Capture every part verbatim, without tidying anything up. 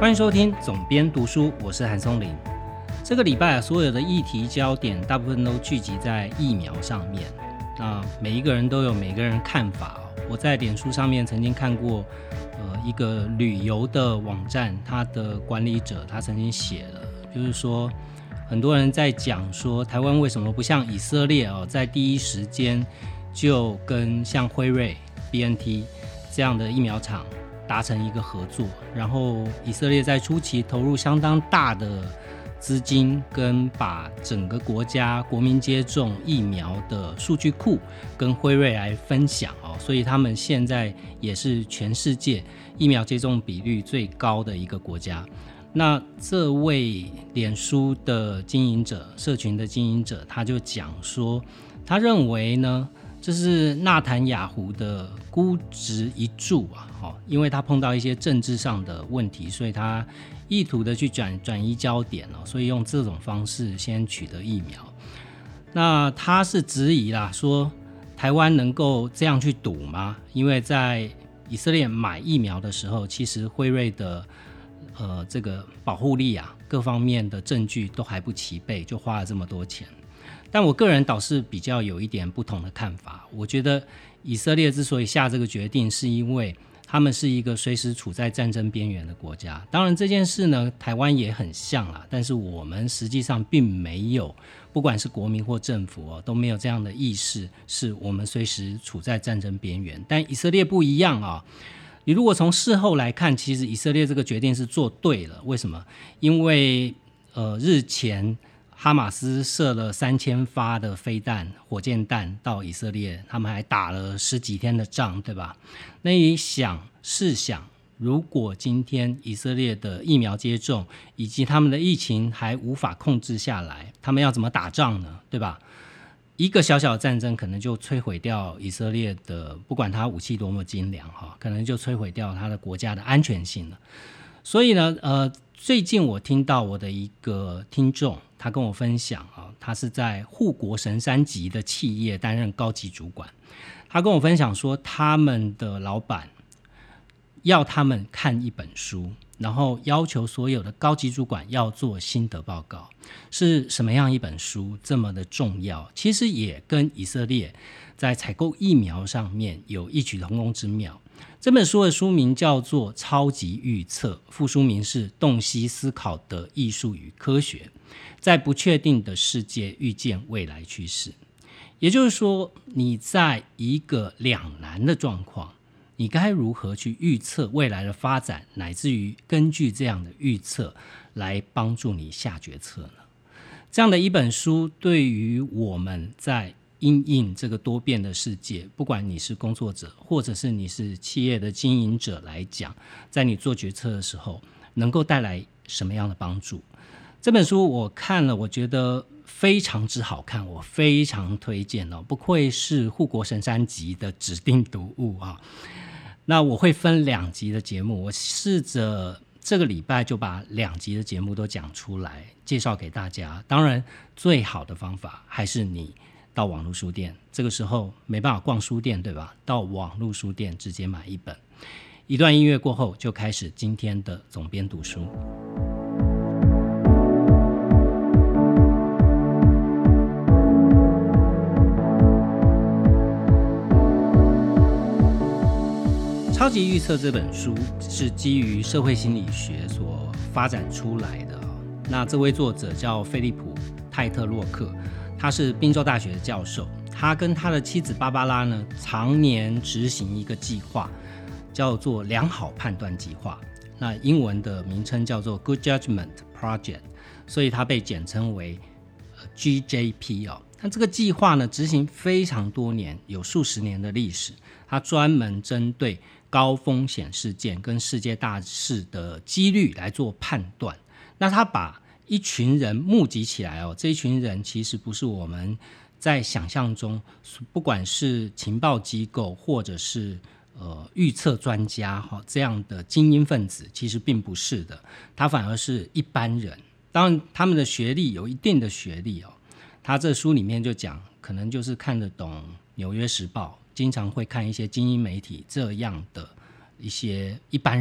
欢迎收听总编读书，我是韩松林。这个礼拜啊，所有的议题焦点大部分都聚集在疫苗上面。那每一个人都有每个人看法。我在脸书上面曾经看过，呃，一个旅游的网站，它的管理者他曾经写了，就是说，很多人在讲说，台湾为什么不像以色列哦，在第一时间就跟像辉瑞、B N T 这样的疫苗厂达成一个合作，然后以色列在初期投入相当大的资金，跟把整个国家国民接种疫苗的数据库跟辉瑞来分享哦，所以他们现在也是全世界疫苗接种比率最高的一个国家。那这位脸书的经营者，社群的经营者，他就讲说，他认为呢，这是纳坦雅胡的孤执一注啊，因为他碰到一些政治上的问题，所以他意图的去转转移焦点，所以用这种方式先取得疫苗。那他是质疑啦，说台湾能够这样去赌吗？因为在以色列买疫苗的时候，其实辉瑞的呃这个保护力啊，各方面的证据都还不齐备，就花了这么多钱。但我个人倒是比较有一点不同的看法，我觉得以色列之所以下这个决定，是因为他们是一个随时处在战争边缘的国家。当然这件事呢，台湾也很像啦，但是我们实际上并没有，不管是国民或政府哦，都没有这样的意识，是我们随时处在战争边缘。但以色列不一样啊，你如果从事后来看，其实以色列这个决定是做对了。为什么？因为呃日前哈马斯射了三千发的飞弹、火箭弹到以色列，他们还打了十几天的仗，对吧？那你想，试想，如果今天以色列的疫苗接种以及他们的疫情还无法控制下来，他们要怎么打仗呢？对吧？一个小小的战争可能就摧毁掉以色列的，不管他武器多么精良，可能就摧毁掉他的国家的安全性了。所以呢，呃，最近我听到我的一个听众，他跟我分享啊，他是在护国神山级的企业担任高级主管。他跟我分享说，他们的老板要他们看一本书，然后要求所有的高级主管要做心得报告。是什么样一本书这么的重要？其实也跟以色列在采购疫苗上面有异曲同工之妙。这本书的书名叫做《超级预测》，副书名是《洞悉思考的艺术与科学》，在不确定的世界预见未来趋势。也就是说，你在一个两难的状况，你该如何去预测未来的发展，乃至于根据这样的预测来帮助你下决策呢？这样的一本书，对于我们在因应这个多变的世界，不管你是工作者或者是你是企业的经营者来讲，在你做决策的时候能够带来什么样的帮助？这本书我看了，我觉得非常之好看，我非常推荐哦，不愧是护国神山级的指定读物啊。那我会分两集的节目，我试着这个礼拜就把两集的节目都讲出来，介绍给大家。当然最好的方法还是你到网络书店，这个时候没办法逛书店，对吧？到网络书店直接买一本。一段音乐过后，就开始今天的总编读书。超级预测这本书是基于社会心理学所发展出来的。那这位作者叫菲利普·泰特洛克，他是宾州大学的教授。他跟他的妻子芭芭拉呢，常年执行一个计划，叫做良好判断计划。那英文的名称叫做 Good Judgment Project， 所以它被简称为 G J P 哦。那这个计划呢，执行非常多年，有数十年的历史。它专门针对高风险事件跟世界大事的几率来做判断。那他把一群人募集起来哦，这一群人其实不是我们在想象中，不管是情报机构或者是呃预测专家哈这样的精英分子，其实并不是的，他反而是一般人。当然，他们的学历有一定的学历哦。他这书里面就讲，可能就是看得懂《纽约时报》。经常会看一些精英媒体这样的一些一般人，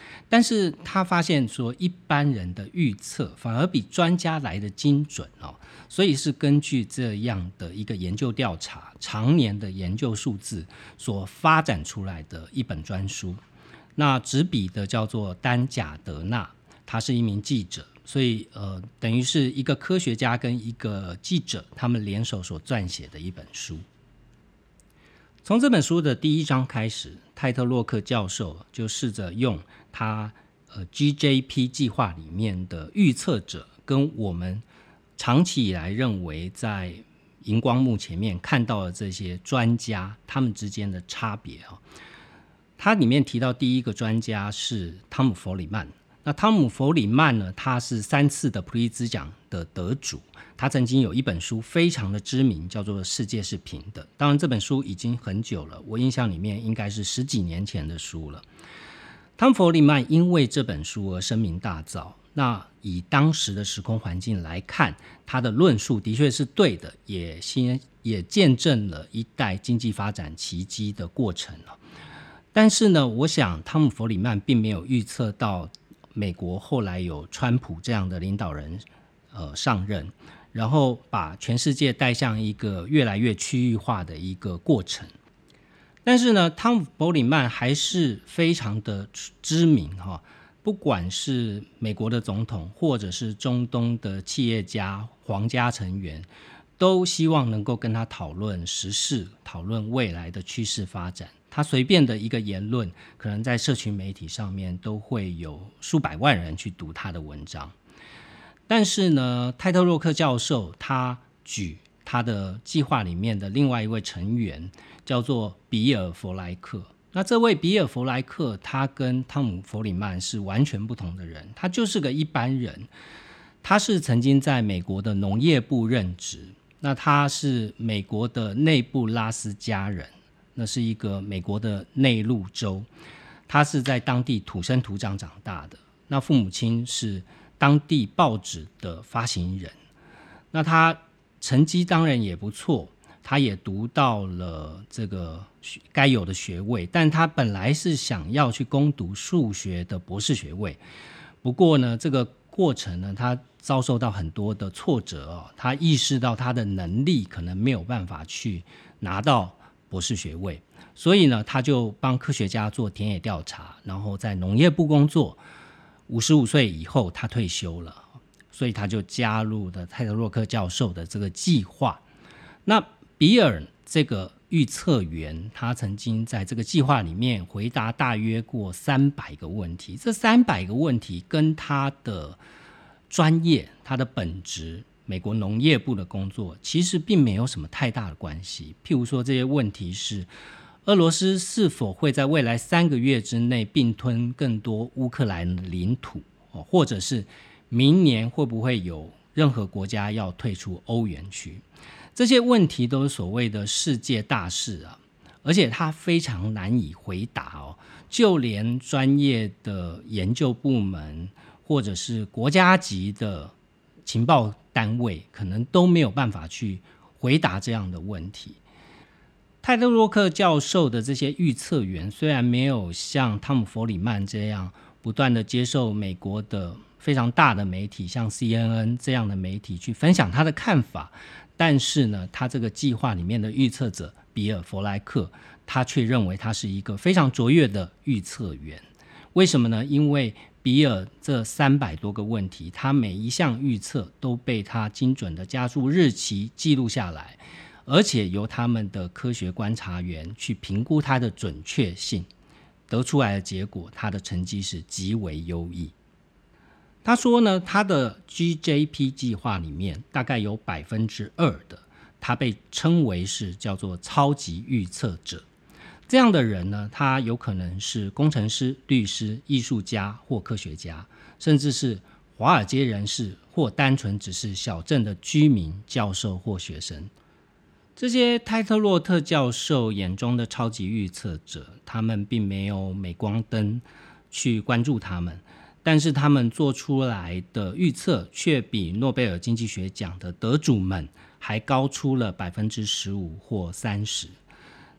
但是他发现说一般人的预测反而比专家来的精准哦，所以是根据这样的一个研究调查，常年的研究数字所发展出来的一本专书。那执笔的叫做丹贾德纳，他是一名记者，所以呃，等于是一个科学家跟一个记者他们联手所撰写的一本书。从这本书的第一章开始，泰特洛克教授就试着用他、呃、G J P 计划里面的预测者跟我们长期以来认为在荧光幕前面看到的这些专家他们之间的差别、哦、他里面提到第一个专家是汤姆·弗里曼。那汤姆·弗里曼呢，他是三次的普利兹奖的得主，他曾经有一本书非常的知名，叫做《世界是平的》。当然这本书已经很久了，我印象里面应该是十几年前的书了。汤姆·弗里曼因为这本书而声名大噪，那以当时的时空环境来看，他的论述的确是对的，也先也见证了一代经济发展奇迹的过程了。但是呢，我想汤姆·弗里曼并没有预测到美国后来有川普这样的领导人呃上任，然后把全世界带向一个越来越区域化的一个过程。但是呢，汤姆·弗里曼还是非常的知名哈，不管是美国的总统，或者是中东的企业家、皇家成员，都希望能够跟他讨论时事，讨论未来的趋势发展。他随便的一个言论，可能在社群媒体上面都会有数百万人去读他的文章。但是呢，泰特洛克教授他举他的计划里面的另外一位成员，叫做比尔·弗莱克。那这位比尔·弗莱克，他跟汤姆·弗里曼是完全不同的人，他就是个一般人。他是曾经在美国的农业部任职，那他是美国的内布拉斯加人，那是一个美国的内陆州，他是在当地土生土长长大的，那父母亲是当地报纸的发行人，那他成绩当然也不错，他也读到了这个该有的学位，但他本来是想要去攻读数学的博士学位，不过呢，这个过程呢，他遭受到很多的挫折、哦、他意识到他的能力可能没有办法去拿到博士学位，所以呢，他就帮科学家做田野调查，然后在农业部工作。五十五岁以后，他退休了，所以他就加入了泰特洛克教授的这个计划。那比尔这个预测员，他曾经在这个计划里面回答大约过三百个问题，这三百个问题跟他的专业、他的本职美国农业部的工作其实并没有什么太大的关系。譬如说，这些问题是俄罗斯是否会在未来三个月之内并吞更多乌克兰的领土，或者是明年会不会有任何国家要退出欧元区。这些问题都是所谓的世界大事啊，而且它非常难以回答哦，就连专业的研究部门或者是国家级的情报单位可能都没有办法去回答这样的问题。泰特洛克教授的这些预测员虽然没有像汤姆·弗里曼这样不断的接受美国的非常大的媒体，像 C N N 这样的媒体去分享他的看法，但是呢，他这个计划里面的预测者比尔·弗莱克，他却认为他是一个非常卓越的预测员。为什么呢？因为比尔这三百多个问题，他每一项预测都被他精准的加注日期记录下来，而且由他们的科学观察员去评估它的准确性，得出来的结果，他的成绩是极为优异。他说呢，他的 G J P 计划里面大概有 百分之二 的，他被称为是叫做超级预测者。这样的人呢，他有可能是工程师、律师、艺术家或科学家，甚至是华尔街人士，或单纯只是小镇的居民、教授或学生。这些泰特洛特教授眼中的超级预测者，他们并没有镁光灯去关注他们，但是他们做出来的预测却比诺贝尔经济学奖的得主们还高出了 百分之十五 或 百分之三十。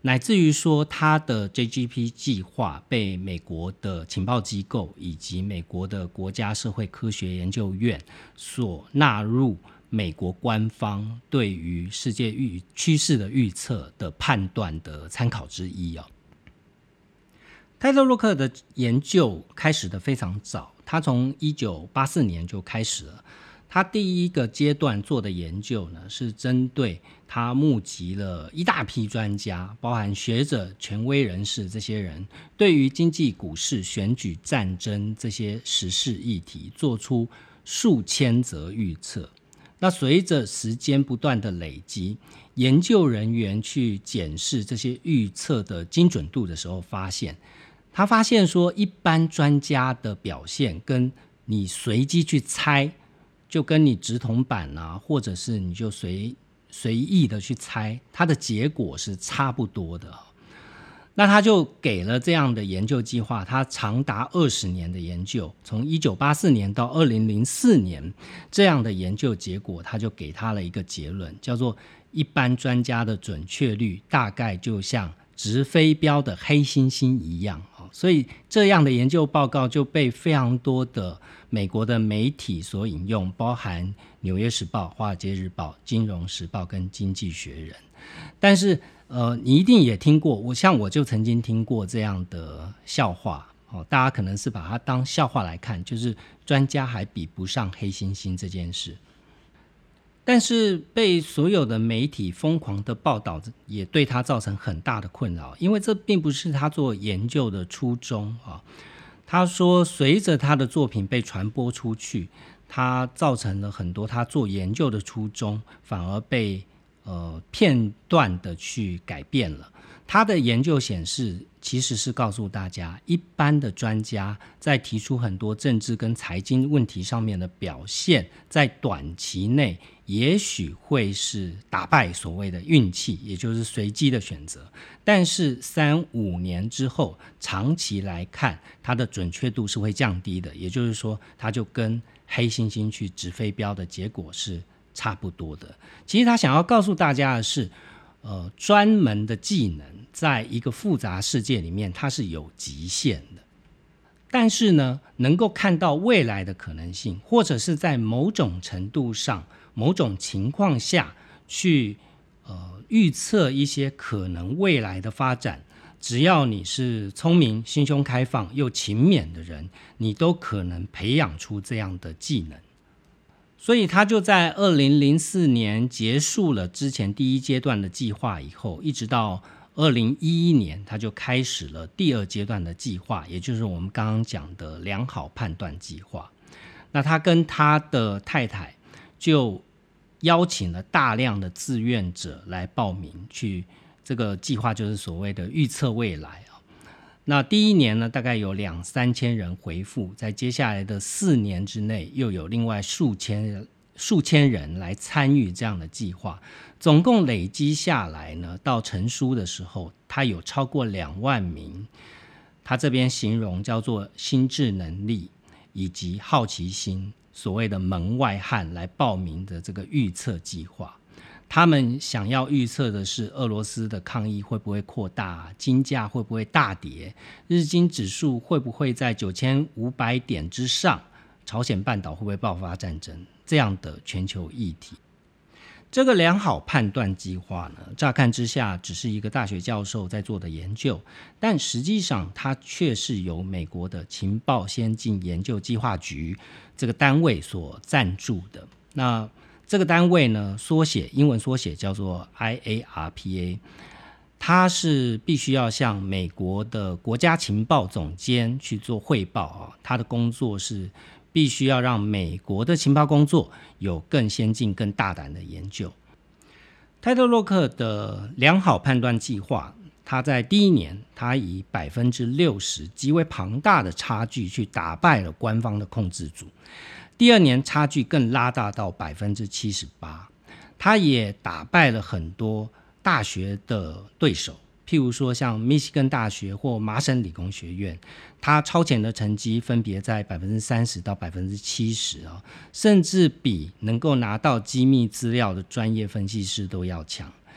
乃至于说他的 J G P 计划被美国的情报机构以及美国的国家社会科学研究院所纳入美国官方对于世界预趋势的预测的判断的参考之一哦。泰勒·洛克的研究开始的非常早，他从一九八四年就开始了。他第一个阶段做的研究呢，是针对他募集了一大批专家，包含学者、权威人士这些人，对于经济、股市、选举、战争这些时事议题，做出数千则预测。那随着时间不断的累积，研究人员去检视这些预测的精准度的时候，发现他发现说，一般专家的表现跟你随机去猜，就跟你直筒板啊，或者是你就随随意的去猜，它的结果是差不多的。那他就给了这样的研究计划，他长达二十年的研究，从一九八四年到二零零四年这样的研究结果，他就给他了一个结论，叫做一般专家的准确率大概就像直飞镖的黑猩猩一样。所以这样的研究报告就被非常多的美国的媒体所引用，包含纽约时报、华尔街日报、金融时报跟经济学人。但是呃，你一定也听过，我像我就曾经听过这样的笑话、哦、大家可能是把它当笑话来看，就是专家还比不上黑猩猩这件事。但是被所有的媒体疯狂的报道也对他造成很大的困扰，因为这并不是他做研究的初衷、啊、他说随着他的作品被传播出去，他造成了很多他做研究的初衷反而被呃片段的去改变了。他的研究显示，其实是告诉大家，一般的专家在提出很多政治跟财经问题上面的表现，在短期内也许会是打败所谓的运气，也就是随机的选择，但是三五年之后，长期来看，它的准确度是会降低的，也就是说，它就跟黑猩猩去直飞镖的结果是差不多的。其实他想要告诉大家的是，呃，专门的技能在一个复杂世界里面，它是有极限的。但是呢，能够看到未来的可能性，或者是在某种程度上、某种情况下去呃预测一些可能未来的发展，只要你是聪明、心胸开放又勤勉的人，你都可能培养出这样的技能。所以他就在二零零四年结束了之前第一阶段的计划以后，一直到二零一一年，他就开始了第二阶段的计划，也就是我们刚刚讲的良好判断计划。那他跟他的太太就邀请了大量的志愿者来报名，去这个计划就是所谓的预测未来。那第一年呢，大概有两三千人回复，在接下来的四年之内，又有另外数千数千人来参与这样的计划，总共累积下来呢，到成书的时候，它有超过两万名，他这边形容叫做心智能力以及好奇心，所谓的门外汉来报名的这个预测计划。他们想要预测的是俄罗斯的抗议会不会扩大，金价会不会大跌，日经指数会不会在九千五百点之上，朝鲜半岛会不会爆发战争，这样的全球议题。这个良好判断计划呢，乍看之下只是一个大学教授在做的研究，但实际上它却是由美国的情报先进研究计划局这个单位所赞助的。那这个单位呢，缩写英文缩写叫做 I A R P A， 它是必须要向美国的国家情报总监去做汇报啊，它的工作是必须要让美国的情报工作有更先进、更大胆的研究。泰勒·洛克的良好判断计划，他在第一年，他以 百分之六十 极为庞大的差距去打败了官方的控制组。第二年差距更拉大到 百分之七十八， 他也打败了很多大学的对手，譬如说像密西根大学或麻省理工学院，他超前的成绩分别在 百分之三十 到 百分之七十、哦、甚至比能够拿到机密资料的专业分析师都要强。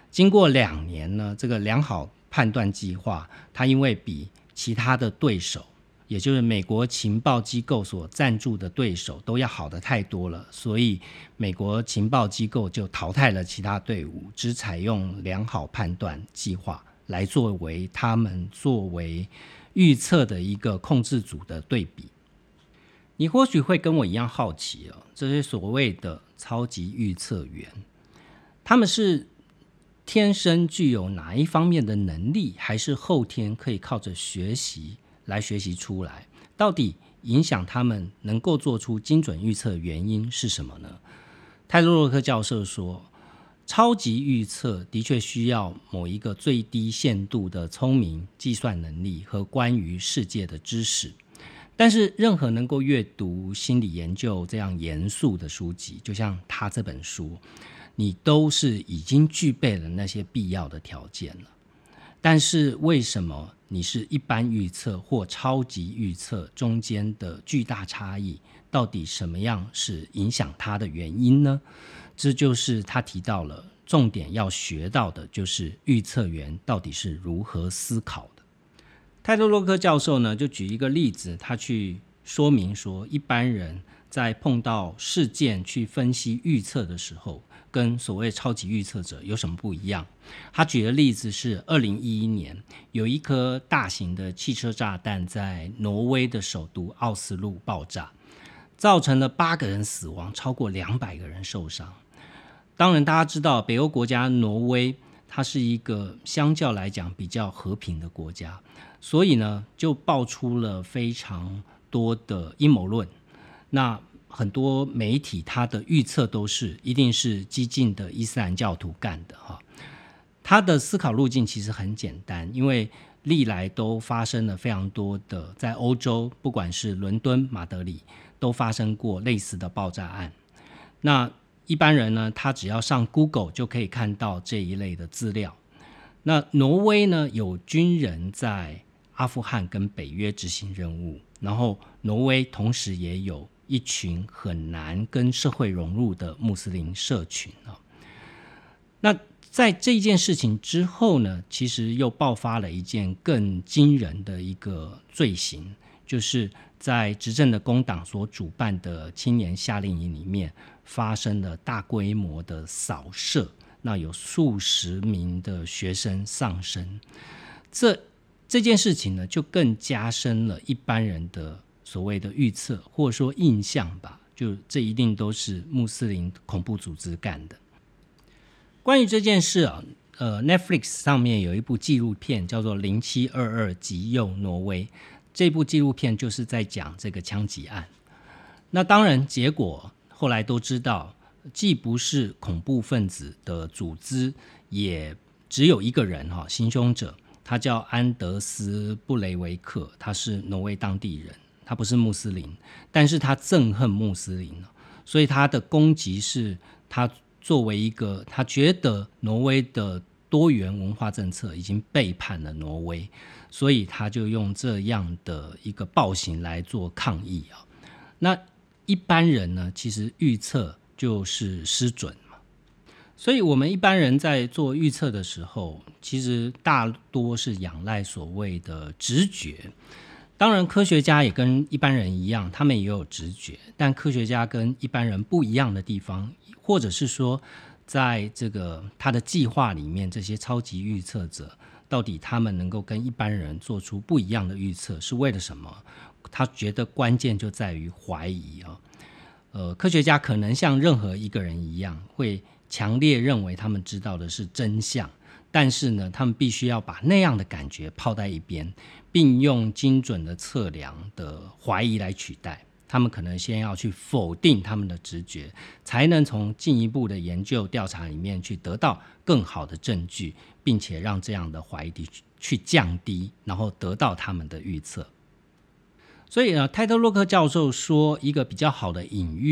经过两年呢，这个良好判断计划，它因为比其他的对手，也就是美国情报机构所赞助的对手都要好的太多了，所以美国情报机构就淘汰了其他队伍，只采用良好判断计划来作为他们作为预测的一个控制组的对比。你或许会跟我一样好奇哦，这些所谓的超级预测员，他们是天生具有哪一方面的能力，还是后天可以靠着学习来学习出来？到底影响他们能够做出精准预测的原因是什么呢？泰勒·洛克教授说，超级预测的确需要某一个最低限度的聪明、计算能力和关于世界的知识。但是任何能够阅读心理研究这样严肃的书籍，就像他这本书，你都是已经具备了那些必要的条件了。但是为什么你是一般预测或超级预测中间的巨大差异，到底什么样是影响它的原因呢？这就是他提到了重点要学到的，就是预测员到底是如何思考的。泰勒·洛克教授呢，就举一个例子，他去说明说，一般人在碰到事件去分析预测的时候，跟所谓超级预测者有什么不一样。他举的例子是二零一一年有一颗大型的汽车炸弹在挪威的首都奥斯陆爆炸，造成了八个人死亡，超过两百个人受伤。当然大家知道北欧国家挪威，它是一个相较来讲比较和平的国家，所以呢就爆出了非常多的阴谋论。那很多媒体他的预测都是一定是激进的伊斯兰教徒干的哈。他的思考路径其实很简单，因为历来都发生了非常多的，在欧洲不管是伦敦、马德里都发生过类似的爆炸案。那一般人呢，他只要上 Google 就可以看到这一类的资料。那挪威呢，有军人在阿富汗跟北约执行任务，然后挪威同时也有一群很难跟社会融入的穆斯林社群。那在这件事情之后呢，其实又爆发了一件更惊人的一个罪行，就是在执政的工党所主办的青年夏令营里面发生了大规模的扫射，那有数十名的学生丧生。这这件事情呢，就更加深了一般人的所谓的预测或者说印象吧，就这一定都是穆斯林恐怖组织干的。关于这件事啊，呃 Netflix 上面有一部纪录片叫做零七二二极右挪威，这部纪录片就是在讲这个枪击案。那当然结果后来都知道，既不是恐怖分子的组织，也只有一个人哈，行凶者，他叫安德斯·布雷维克，他是挪威当地人，他不是穆斯林，但是他憎恨穆斯林，所以他的攻击是他作为一个，他觉得挪威的多元文化政策已经背叛了挪威，所以他就用这样的一个暴行来做抗议啊。那一般人呢，其实预测就是失准嘛，所以我们一般人在做预测的时候，其实大多是仰赖所谓的直觉。当然科学家也跟一般人一样，他们也有直觉，但科学家跟一般人不一样的地方，或者是说在这个他的计划里面，这些超级预测者到底他们能够跟一般人做出不一样的预测是为了什么？他觉得关键就在于怀疑啊。呃，科学家可能像任何一个人一样，会强烈认为他们知道的是真相，但是呢，他们必须要把那样的感觉抛在一边，并用精准的测量的怀疑来取代。他们可能先要去否定他们的直觉，才能从进一步的研究调查里面去得到更好的证据，并且让这样的怀疑去降低，然后得到他们的预测。所以呢，泰特洛克教授说，一个比较好的隐喻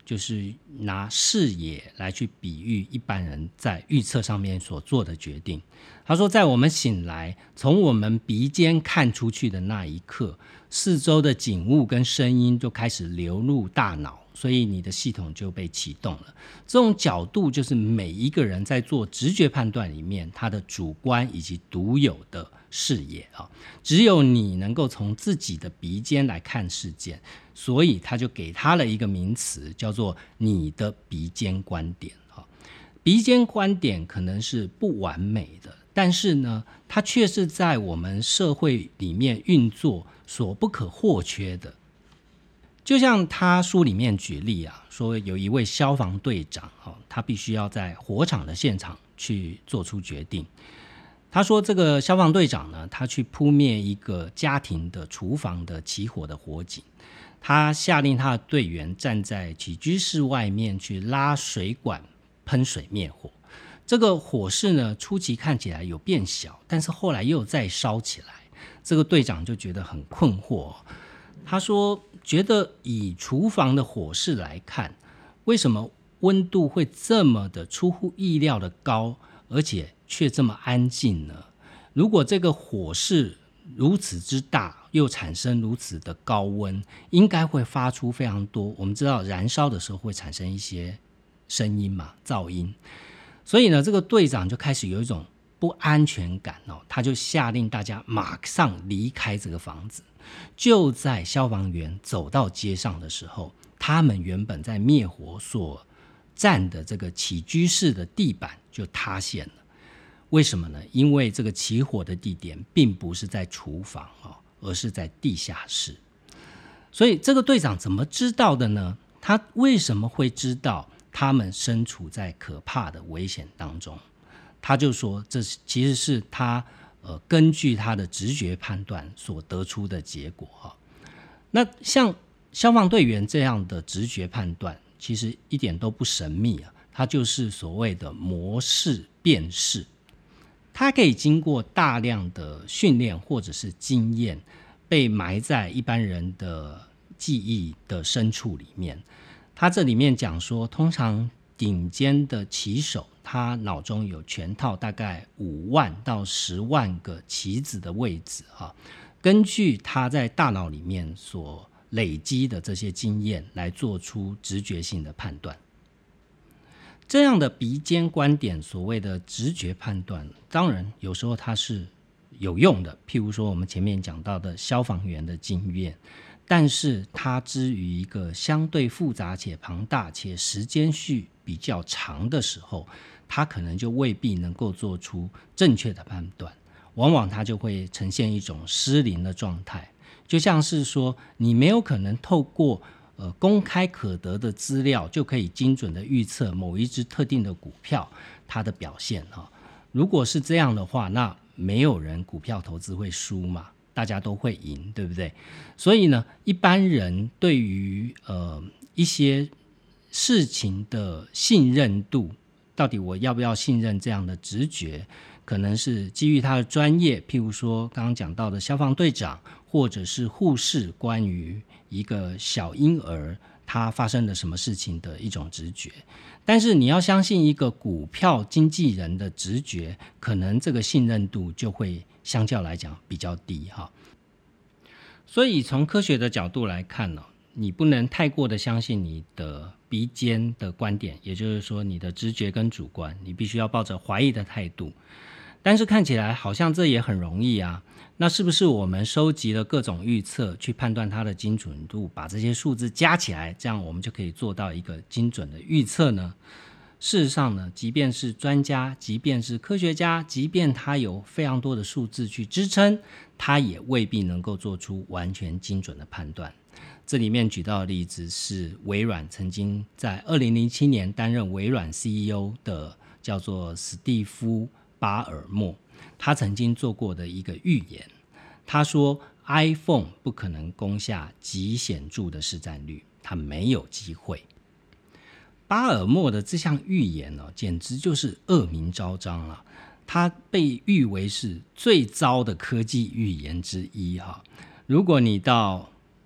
就是拿视野来去比喻一般人在预测上面所做的决定。他说，在我们醒来，从我们鼻尖看出去的那一刻，四周的景物跟声音就开始流入大脑，所以你的系统就被启动了。这种角度就是每一个人在做直觉判断里面他的主观以及独有的视野啊，只有你能够从自己的鼻尖来看事件，所以他就给他了一个名词，叫做你的鼻尖观点啊。鼻尖观点可能是不完美的，但是呢，它却是在我们社会里面运作所不可或缺的。就像他书里面举例啊，说有一位消防队长，他必须要在火场的现场去做出决定。他说这个消防队长呢，他去扑灭一个家庭的厨房的起火的火警，他下令他的队员站在起居室外面去拉水管喷水灭火。这个火势呢，初期看起来有变小，但是后来又再烧起来。这个队长就觉得很困惑，他说觉得以厨房的火势来看，为什么温度会这么的出乎意料的高，而且却这么安静呢？如果这个火势如此之大，又产生如此的高温，应该会发出非常多，我们知道燃烧的时候会产生一些声音嘛，噪音。所以呢，这个队长就开始有一种不安全感哦，他就下令大家马上离开这个房子。就在消防员走到街上的时候，他们原本在灭火所站的这个起居室的地板就塌陷了。为什么呢？因为这个起火的地点并不是在厨房哦，而是在地下室。所以这个队长怎么知道的呢？他为什么会知道他们身处在可怕的危险当中？他就说这其实是他呃根据他的直觉判断所得出的结果哈。那像消防队员这样的直觉判断，其实一点都不神秘啊，它就是所谓的模式辨识。它可以经过大量的训练或者是经验，被埋在一般人的记忆的深处里面。他这里面讲说，通常顶尖的棋手，他脑中有全套大概五万到十万个棋子的位置啊，根据他在大脑里面所累积的这些经验来做出直觉性的判断。这样的鼻尖观点，所谓的直觉判断，当然有时候它是有用的，譬如说我们前面讲到的消防员的经验，但是它之于一个相对复杂且庞大且时间序比较长的时候，它可能就未必能够做出正确的判断，往往它就会呈现一种失灵的状态。就像是说，你没有可能透过呃公开可得的资料就可以精准的预测某一只特定的股票它的表现哈。如果是这样的话，那没有人股票投资会输嘛，大家都会赢，对不对？所以呢，一般人对于呃一些事情的信任度，到底我要不要信任这样的直觉，可能是基于他的专业，譬如说刚刚讲到的消防队长，或者是护士关于一个小婴儿他发生了什么事情的一种直觉。但是你要相信一个股票经纪人的直觉，可能这个信任度就会相较来讲比较低哈。所以从科学的角度来看呢，你不能太过的相信你的鼻尖的观点，也就是说你的直觉跟主观，你必须要抱着怀疑的态度。但是看起来好像这也很容易啊，那是不是我们收集了各种预测去判断它的精准度，把这些数字加起来，这样我们就可以做到一个精准的预测呢？事实上呢，即便是专家，即便是科学家，即便他有非常多的数字去支撑，他也未必能够做出完全精准的判断。这里面举到的例子是微软曾经在二零零七年担任微软 C E O 的叫做史蒂夫巴尔默，他曾经做过的一个预言。他说 iPhone 不可能攻下极显著的市占率，他没有机会。巴尔默的这项预言呢、哦，简直就是恶名昭彰啊！他被誉为是最糟的科技预言之一哈。如果你到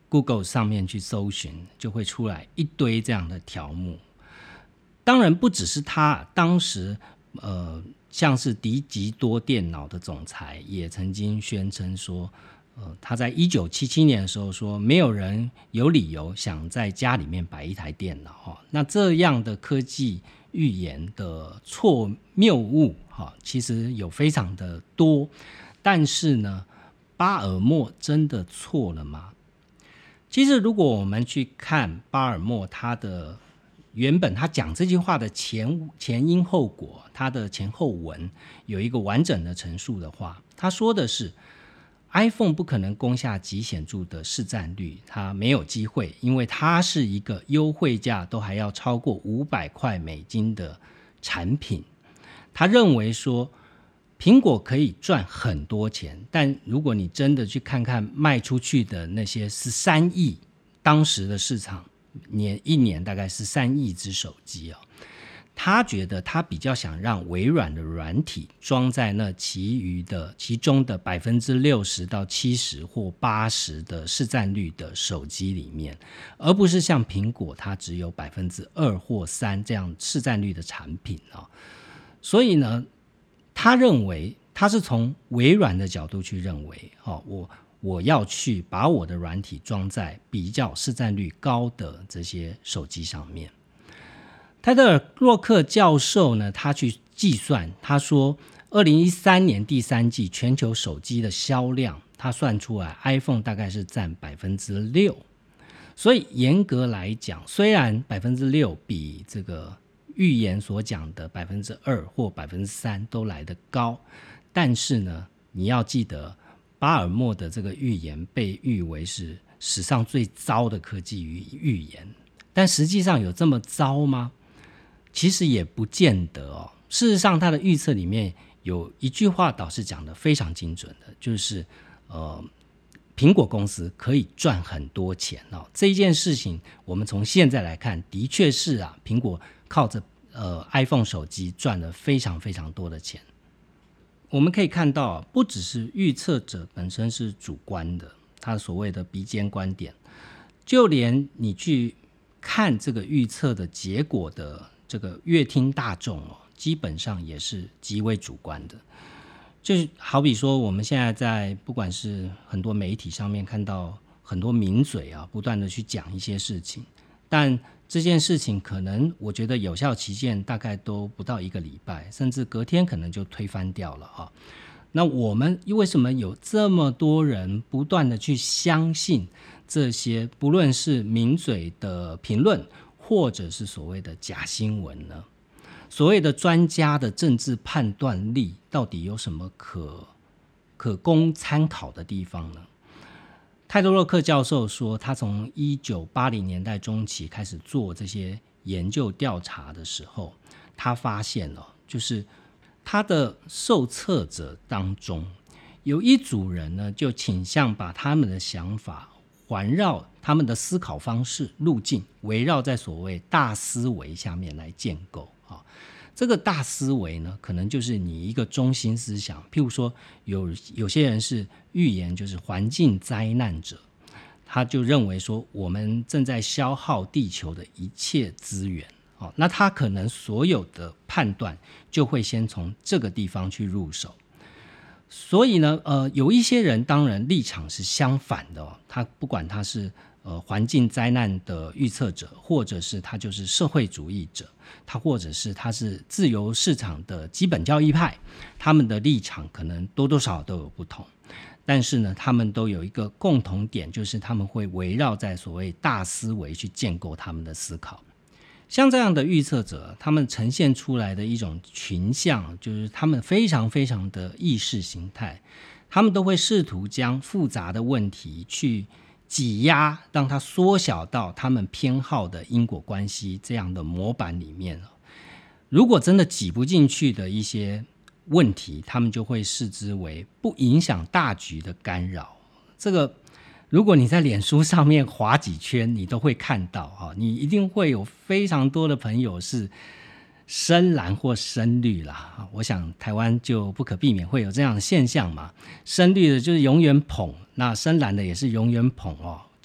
Google 上面去搜寻，就会出来一堆这样的条目。当然不只是他，当时呃，像是迪吉多电脑的总裁也曾经宣称说，呃，他在一九七七年的时候说，没有人有理由想在家里面摆一台电脑。哦、那这样的科技预言的错谬误、哦、其实有非常的多，但是呢，巴尔默真的错了吗？其实如果我们去看巴尔默他的原本他讲这句话的前前因后果，他的前后文有一个完整的陈述的话，他说的是 iPhone 不可能攻下极显著的市占率，它没有机会，因为它是一个优惠价都还要超过五百块美金的产品。他认为说苹果可以赚很多钱，但如果你真的去看看卖出去的那些十三亿，当时的市场年一年大概是三亿只手机、哦、他觉得他比较想让微软的软体装在那其余的其中的 百分之六十 到七十或八十的市占率的手机里面，而不是像苹果它只有 百分之二 或三这样市占率的产品、哦、所以呢他认为他是从微软的角度去认为、哦、我我要去把我的软体装在比较市占率高的这些手机上面。泰德尔洛克教授呢，他去计算，他说二零一三年第三季全球手机的销量，他算出来 iPhone 大概是占 百分之六， 所以严格来讲，虽然 百分之六 比这个预言所讲的 百分之二 或 百分之三 都来得高，但是呢，你要记得巴尔默的这个预言被誉为是史上最糟的科技预言，但实际上有这么糟吗？其实也不见得哦。事实上他的预测里面有一句话倒是讲得非常精准的，就是呃，苹果公司可以赚很多钱哦。这一件事情我们从现在来看的确是啊，苹果靠着呃 iPhone 手机赚了非常非常多的钱。我们可以看到，不只是预测者本身是主观的，他所谓的鼻尖观点，就连你去看这个预测的结果的这个乐听大众、哦、基本上也是极为主观的。就是好比说我们现在在不管是很多媒体上面看到很多名嘴啊，不断的去讲一些事情，但这件事情可能我觉得有效期限大概都不到一个礼拜，甚至隔天可能就推翻掉了啊。那我们为什么有这么多人不断的去相信这些不论是名嘴的评论或者是所谓的假新闻呢？所谓的专家的政治判断力到底有什么可可供参考的地方呢？泰德洛克教授说，他从一九八零年代中期开始做这些研究调查的时候，他发现了，就是他的受测者当中有一组人呢，就倾向把他们的想法环绕他们的思考方式路径，围绕在所谓大思维下面来建构。这个大思维呢，可能就是你一个中心思想，譬如说有有些人是预言就是环境灾难者，他就认为说我们正在消耗地球的一切资源、哦、那他可能所有的判断就会先从这个地方去入手。所以呢，呃，有一些人当然立场是相反的、哦、他不管他是呃环境灾难的预测者，或者是他就是社会主义者，他或者是他是自由市场的基本教义派，他们的立场可能多多少少都有不同，但是呢，他们都有一个共同点，就是他们会围绕在所谓大思维去建构他们的思考。像这样的预测者，他们呈现出来的一种群像，就是他们非常非常的意识形态，他们都会试图将复杂的问题去挤压，让它缩小到他们偏好的因果关系这样的模板里面。如果真的挤不进去的一些问题，他们就会视之为不影响大局的干扰。这个如果你在脸书上面滑几圈，你都会看到，你一定会有非常多的朋友是深蓝或深绿啦。我想台湾就不可避免会有这样的现象嘛。深绿的就是永远捧，那深蓝的也是永远捧哦，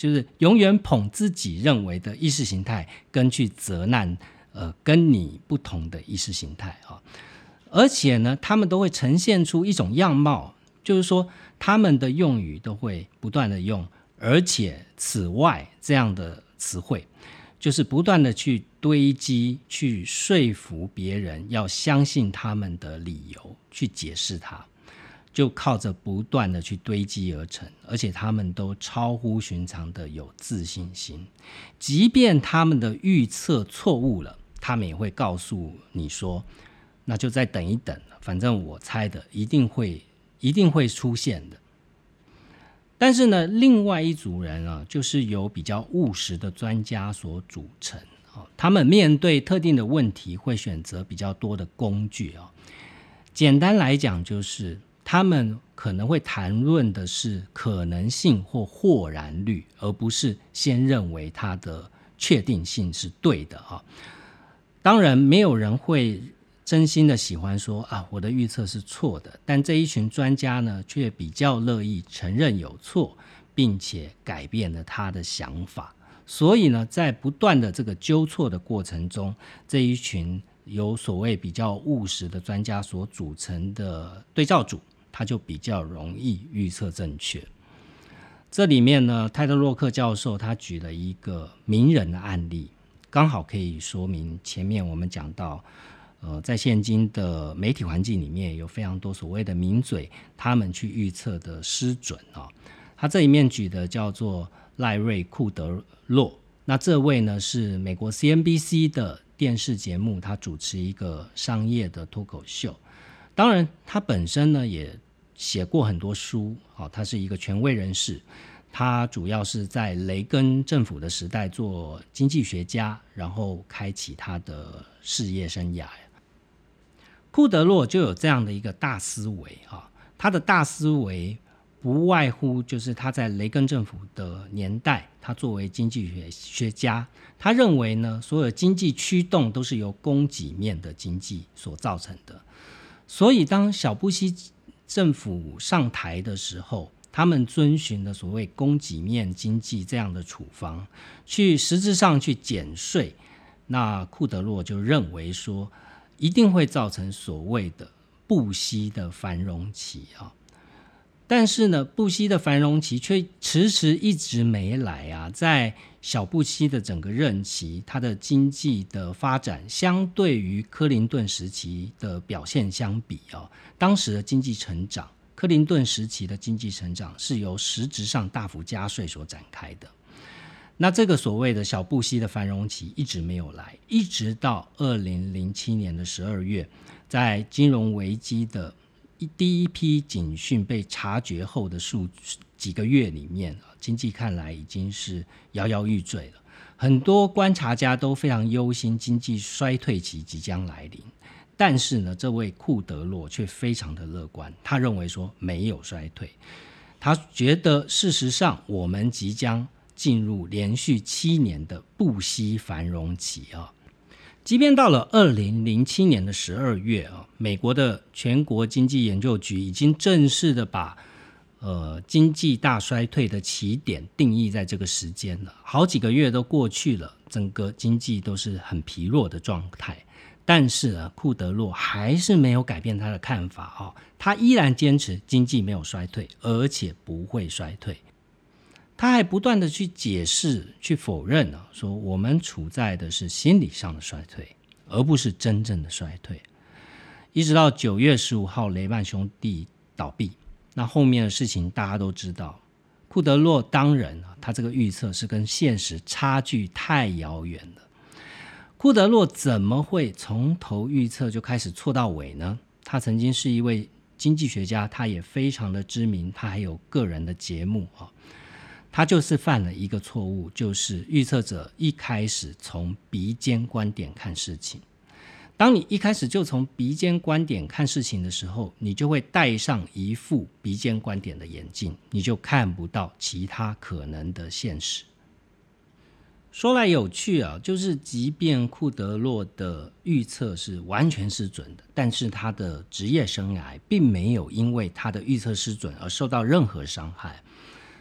就是永远捧自己认为的意识形态，跟去责难呃跟你不同的意识形态啊。而且呢，他们都会呈现出一种样貌，就是说他们的用语都会不断的用，而且此外这样的词汇，就是不断的去堆积，去说服别人要相信他们的理由，去解释它，就靠着不断的去堆积而成。而且他们都超乎寻常的有自信心，即便他们的预测错误了，他们也会告诉你说，那就再等一等，反正我猜的一定会一定会出现的。但是呢，另外一组人啊，就是由比较务实的专家所组成，他们面对特定的问题会选择比较多的工具。简单来讲，就是他们可能会谈论的是可能性或或然率，而不是先认为它的确定性是对的。当然没有人会真心的喜欢说啊，我的预测是错的，但这一群专家呢，却比较乐意承认有错，并且改变了他的想法。所以呢，在不断的这个纠错的过程中，这一群由所谓比较务实的专家所组成的对照组，他就比较容易预测正确。这里面呢，泰德洛克教授他举了一个名人的案例，刚好可以说明前面我们讲到呃，在现今的媒体环境里面，有非常多所谓的名嘴，他们去预测的失准啊。他这里面举的叫做赖瑞库德洛，那这位呢是美国 C N B C 的电视节目，他主持一个商业的脱口秀。当然，他本身呢也写过很多书，哦，他是一个权威人士。他主要是在雷根政府的时代做经济学家，然后开启他的事业生涯。库德洛就有这样的一个大思维啊，他的大思维不外乎就是他在雷根政府的年代，他作为经济学学家，他认为呢，所有经济驱动都是由供给面的经济所造成的。所以当小布希政府上台的时候，他们遵循了所谓供给面经济这样的处方，去实质上去减税。那库德洛就认为说，一定会造成所谓的布希的繁荣期啊。但是呢，布希的繁荣期却迟迟一直没来啊。在小布希的整个任期，他的经济的发展相对于克林顿时期的表现相比啊，当时的经济成长，克林顿时期的经济成长是由实质上大幅加税所展开的。那这个所谓的小布希的繁荣期一直没有来，一直到二零零七年的十二月，在金融危机的第一批警讯被察觉后的数几个月里面，经济看来已经是摇摇欲坠了。很多观察家都非常忧心经济衰退期即将来临，但是呢，这位库德洛却非常的乐观，他认为说没有衰退，他觉得事实上我们即将进入连续七年的布希繁荣期啊。即便到了二零零七年的十二月啊，美国的全国经济研究局已经正式的把呃经济大衰退的起点定义在这个时间了。好几个月都过去了，整个经济都是很疲弱的状态。但是啊，库德洛还是没有改变他的看法哦，他依然坚持经济没有衰退，而且不会衰退。他还不断的去解释、去否认啊，说我们处在的是心理上的衰退，而不是真正的衰退。一直到九月十五号雷曼兄弟倒闭，那后面的事情大家都知道。库德洛当然啊，他这个预测是跟现实差距太遥远了。库德洛怎么会从头预测就开始错到尾呢？他曾经是一位经济学家，他也非常的知名，他还有个人的节目啊。他就是犯了一个错误，就是预测者一开始从鼻尖观点看事情。当你一开始就从鼻尖观点看事情的时候，你就会戴上一副鼻尖观点的眼镜，你就看不到其他可能的现实。说来有趣啊，就是即便库德洛的预测是完全失准的，但是他的职业生涯并没有因为他的预测失准而受到任何伤害。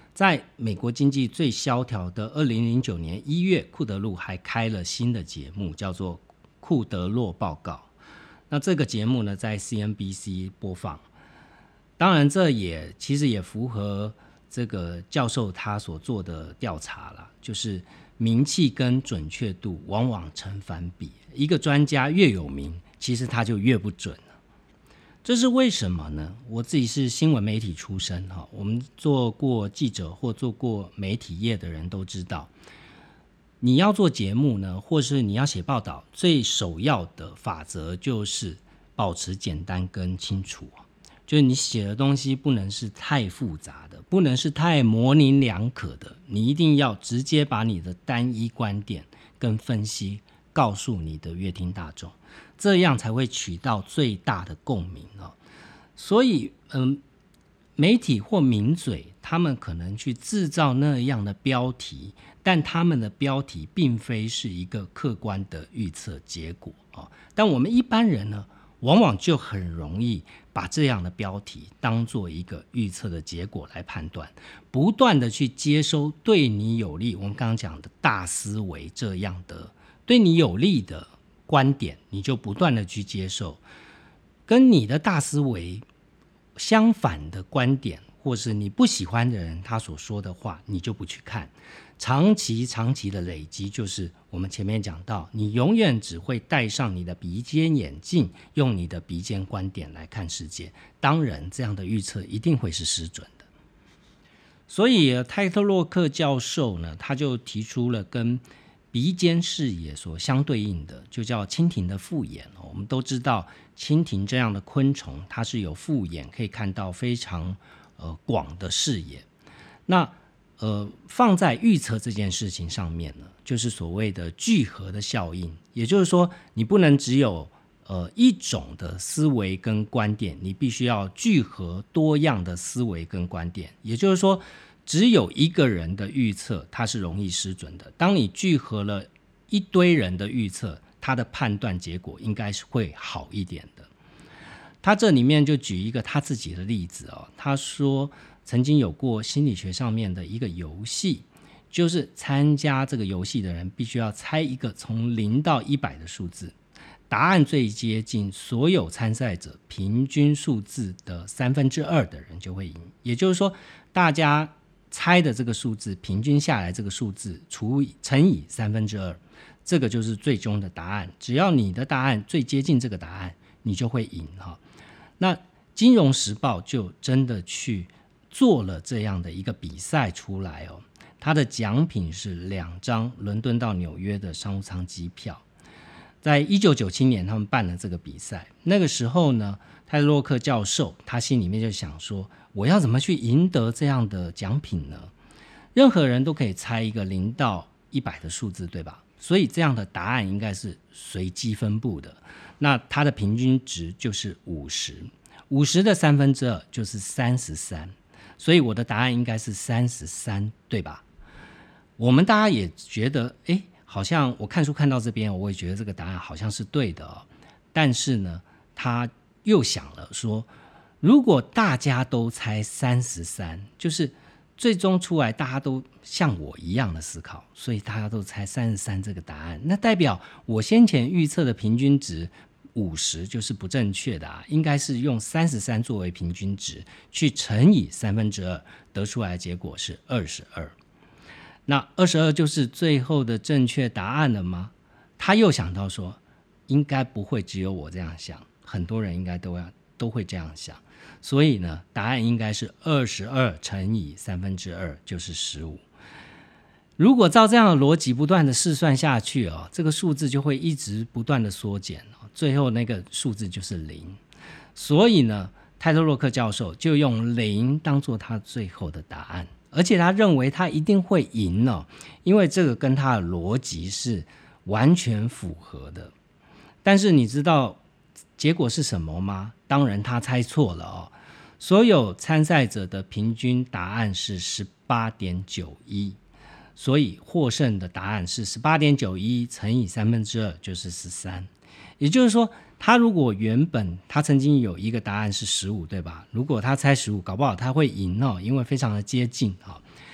在美国经济最萧条的二零零九年一月，库德洛还开了新的节目，叫做库德洛报告。那这个节目呢，在 C N B C 播放。当然，这也其实也符合这个教授他所做的调查啦，就是名气跟准确度往往成反比。一个专家越有名，其实他就越不准。这是为什么呢？我自己是新闻媒体出身，我们做过记者或做过媒体业的人都知道，你要做节目呢，或是你要写报道，最首要的法则就是保持简单跟清楚，就是你写的东西不能是太复杂的，不能是太模棱两可的，你一定要直接把你的单一观点跟分析告诉你的乐听大众，这样才会取到最大的共鸣哦。所以，嗯，媒体或名嘴他们可能去制造那样的标题，但他们的标题并非是一个客观的预测结果哦。但我们一般人呢，往往就很容易把这样的标题当作一个预测的结果来判断，不断的去接收对你有利，我们刚刚讲的大思维这样的对你有利的观点，你就不断的去接受，跟你的大思维相反的观点，或是你不喜欢的人他所说的话，你就不去看。长期长期的累积，就是我们前面讲到，你永远只会戴上你的鼻尖眼镜，用你的鼻尖观点来看世界，当然这样的预测一定会是失准的。所以泰特洛克教授呢，他就提出了跟鼻尖视野所相对应的，就叫蜻蜓的复眼。我们都知道蜻蜓这样的昆虫，它是有复眼，可以看到非常、呃、广的视野。那呃，放在预测这件事情上面呢，就是所谓的聚合的效应。也就是说，你不能只有呃一种的思维跟观点，你必须要聚合多样的思维跟观点。也就是说，只有一个人的预测，它是容易失准的。当你聚合了一堆人的预测，他的判断结果应该是会好一点的。他这里面就举一个他自己的例子哦，他说曾经有过心理学上面的一个游戏，就是参加这个游戏的人必须要猜一个从零到一百的数字，答案最接近所有参赛者平均数字的三分之二的人就会赢。也就是说，大家猜的这个数字平均下来，这个数字除以乘以三分之二，这个就是最终的答案。只要你的答案最接近这个答案，你就会赢哈。那金融时报就真的去做了这样的一个比赛出来哦，它的奖品是两张伦敦到纽约的商务舱机票。在一九九七年他们办了这个比赛，那个时候呢，泰洛克教授他心里面就想说，我要怎么去赢得这样的奖品呢？任何人都可以猜一个零到一百的数字，对吧？所以这样的答案应该是随机分布的，那它的平均值就是五十，五十的三分之二就是三十三，所以我的答案应该是三十三，对吧？我们大家也觉得，诶，好像我看书看到这边，我也觉得这个答案好像是对的哦。但是呢，他又想了说，如果大家都猜三十三，就是最终出来大家都像我一样的思考，所以大家都猜三十三这个答案，那代表我先前预测的平均值五十就是不正确的啊，应该是用三十三作为平均值去乘以三分之二，得出来的结果是二十二。那二十二就是最后的正确答案了吗？他又想到说，应该不会只有我这样想，很多人应该都要都会这样想，所以呢，答案应该是二十二乘以三分之二就是十五。如果照这样的逻辑不断的试算下去哦，这个数字就会一直不断的缩减，最后那个数字就是零。所以呢，泰特洛克教授就用零当做他最后的答案，而且他认为他一定会赢哦，因为这个跟他的逻辑是完全符合的。但是你知道结果是什么吗？当然他猜错了哦。所有参赛者的平均答案是 十八点九一， 所以获胜的答案是 十八点九一 乘以三分之二就是十三。也就是说，他如果原本他曾经有一个答案是十五，对吧？如果他猜十五，搞不好他会赢哦，因为非常的接近哦。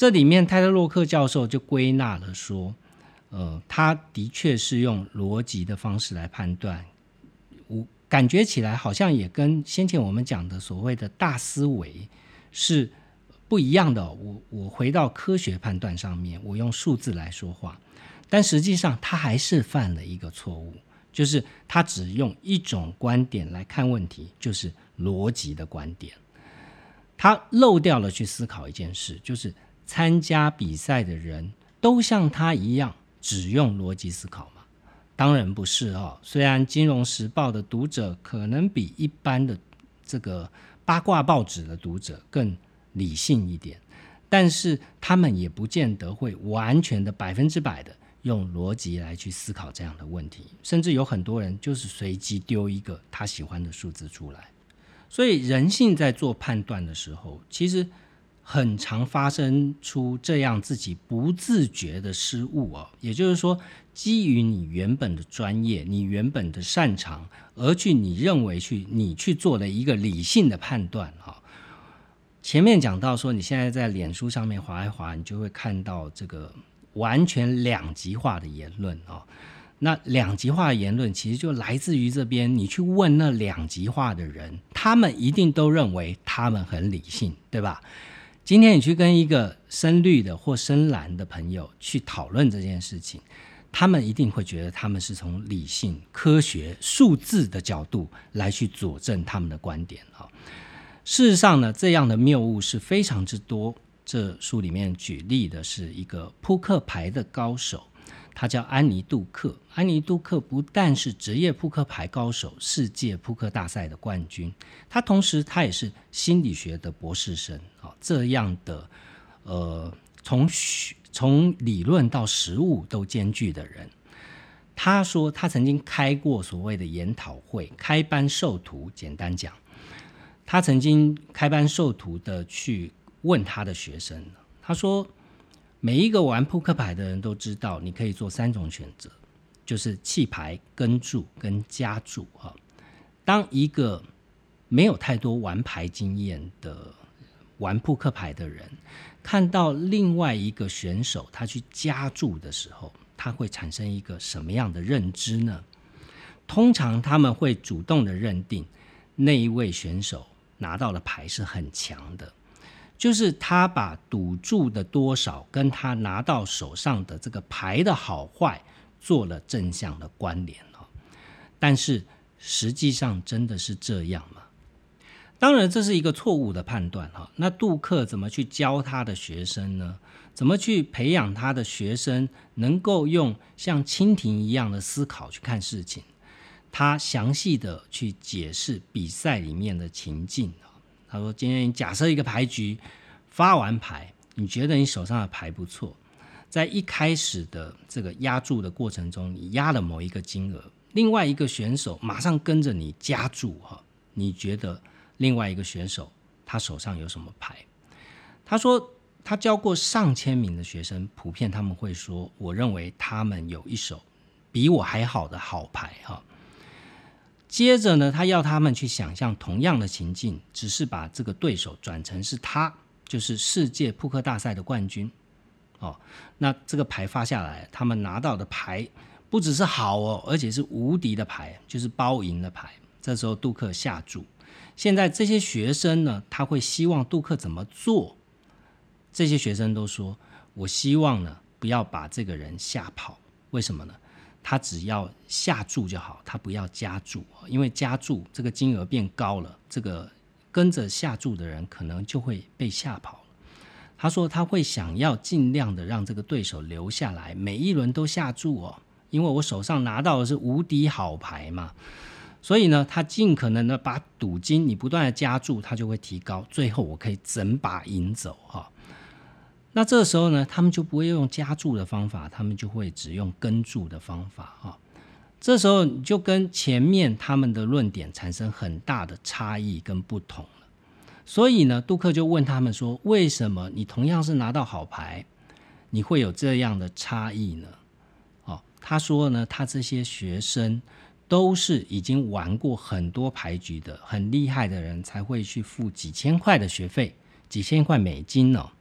这里面泰勒洛克教授就归纳了说，呃，他的确是用逻辑的方式来判断，我感觉起来好像也跟先前我们讲的所谓的大思维是不一样的。我我回到科学判断上面，我用数字来说话，但实际上他还是犯了一个错误，就是他只用一种观点来看问题，就是逻辑的观点。他漏掉了去思考一件事，就是参加比赛的人都像他一样只用逻辑思考吗？当然不是哦。虽然金融时报的读者可能比一般的这个八卦报纸的读者更理性一点，但是他们也不见得会完全的百分之百的用逻辑来去思考这样的问题，甚至有很多人就是随机丢一个他喜欢的数字出来。所以人性在做判断的时候，其实很常发生出这样自己不自觉的失误哦。也就是说，基于你原本的专业，你原本的擅长，而去你认为去你去做了一个理性的判断哈。前面讲到说，你现在在脸书上面滑一滑，你就会看到这个完全两极化的言论哦。那两极化的言论其实就来自于这边，你去问那两极化的人，他们一定都认为他们很理性，对吧？今天你去跟一个深绿的或深蓝的朋友去讨论这件事情，他们一定会觉得他们是从理性、科学、数字的角度来去佐证他们的观点。事实上呢，这样的谬误是非常之多。这书里面举例的是一个扑克牌的高手，他叫安妮杜克。安妮杜克不但是职业扑克牌高手，世界扑克大赛的冠军，他同时他也是心理学的博士生。这样的呃，从从理论到实务都兼具的人，他说他曾经开过所谓的研讨会，开班授徒。简单讲，他曾经开班授徒的去问他的学生，他说每一个玩扑克牌的人都知道，你可以做三种选择，就是弃牌、跟注跟加注。当一个没有太多玩牌经验的玩扑克牌的人看到另外一个选手他去加注的时候，他会产生一个什么样的认知呢？通常他们会主动的认定那一位选手拿到的牌是很强的，就是他把赌注的多少跟他拿到手上的这个牌的好坏做了正向的关联。但是实际上真的是这样吗？当然这是一个错误的判断。那杜克怎么去教他的学生呢？怎么去培养他的学生能够用像蜻蜓一样的思考去看事情？他详细的去解释比赛里面的情境。他说今天假设一个牌局发完牌，你觉得你手上的牌不错，在一开始的这个压注的过程中，你压了某一个金额，另外一个选手马上跟着你加注，你觉得另外一个选手他手上有什么牌？他说他教过上千名的学生，普遍他们会说，我认为他们有一手比我还好的好牌。接着呢，他要他们去想象同样的情境，只是把这个对手转成是他，就是世界扑克大赛的冠军。哦，那这个牌发下来，他们拿到的牌不只是好哦，而且是无敌的牌，就是包赢的牌。这时候杜克下注，现在这些学生呢，他会希望杜克怎么做？这些学生都说，我希望呢不要把这个人吓跑。为什么呢？他只要下注就好，他不要加注，因为加注这个金额变高了，这个跟着下注的人可能就会被吓跑了。他说他会想要尽量的让这个对手留下来，每一轮都下注哦，因为我手上拿到的是无敌好牌嘛。所以呢，他尽可能的把赌金你不断的加注，他就会提高，最后我可以整把赢走哈。那这时候呢，他们就不会用加注的方法，他们就会只用跟注的方法哈。这时候你就跟前面他们的论点产生很大的差异跟不同了。所以呢，杜克就问他们说，为什么你同样是拿到好牌，你会有这样的差异呢？哦，他说呢，他这些学生都是已经玩过很多牌局的很厉害的人，才会去付几千块的学费，几千块美金哦。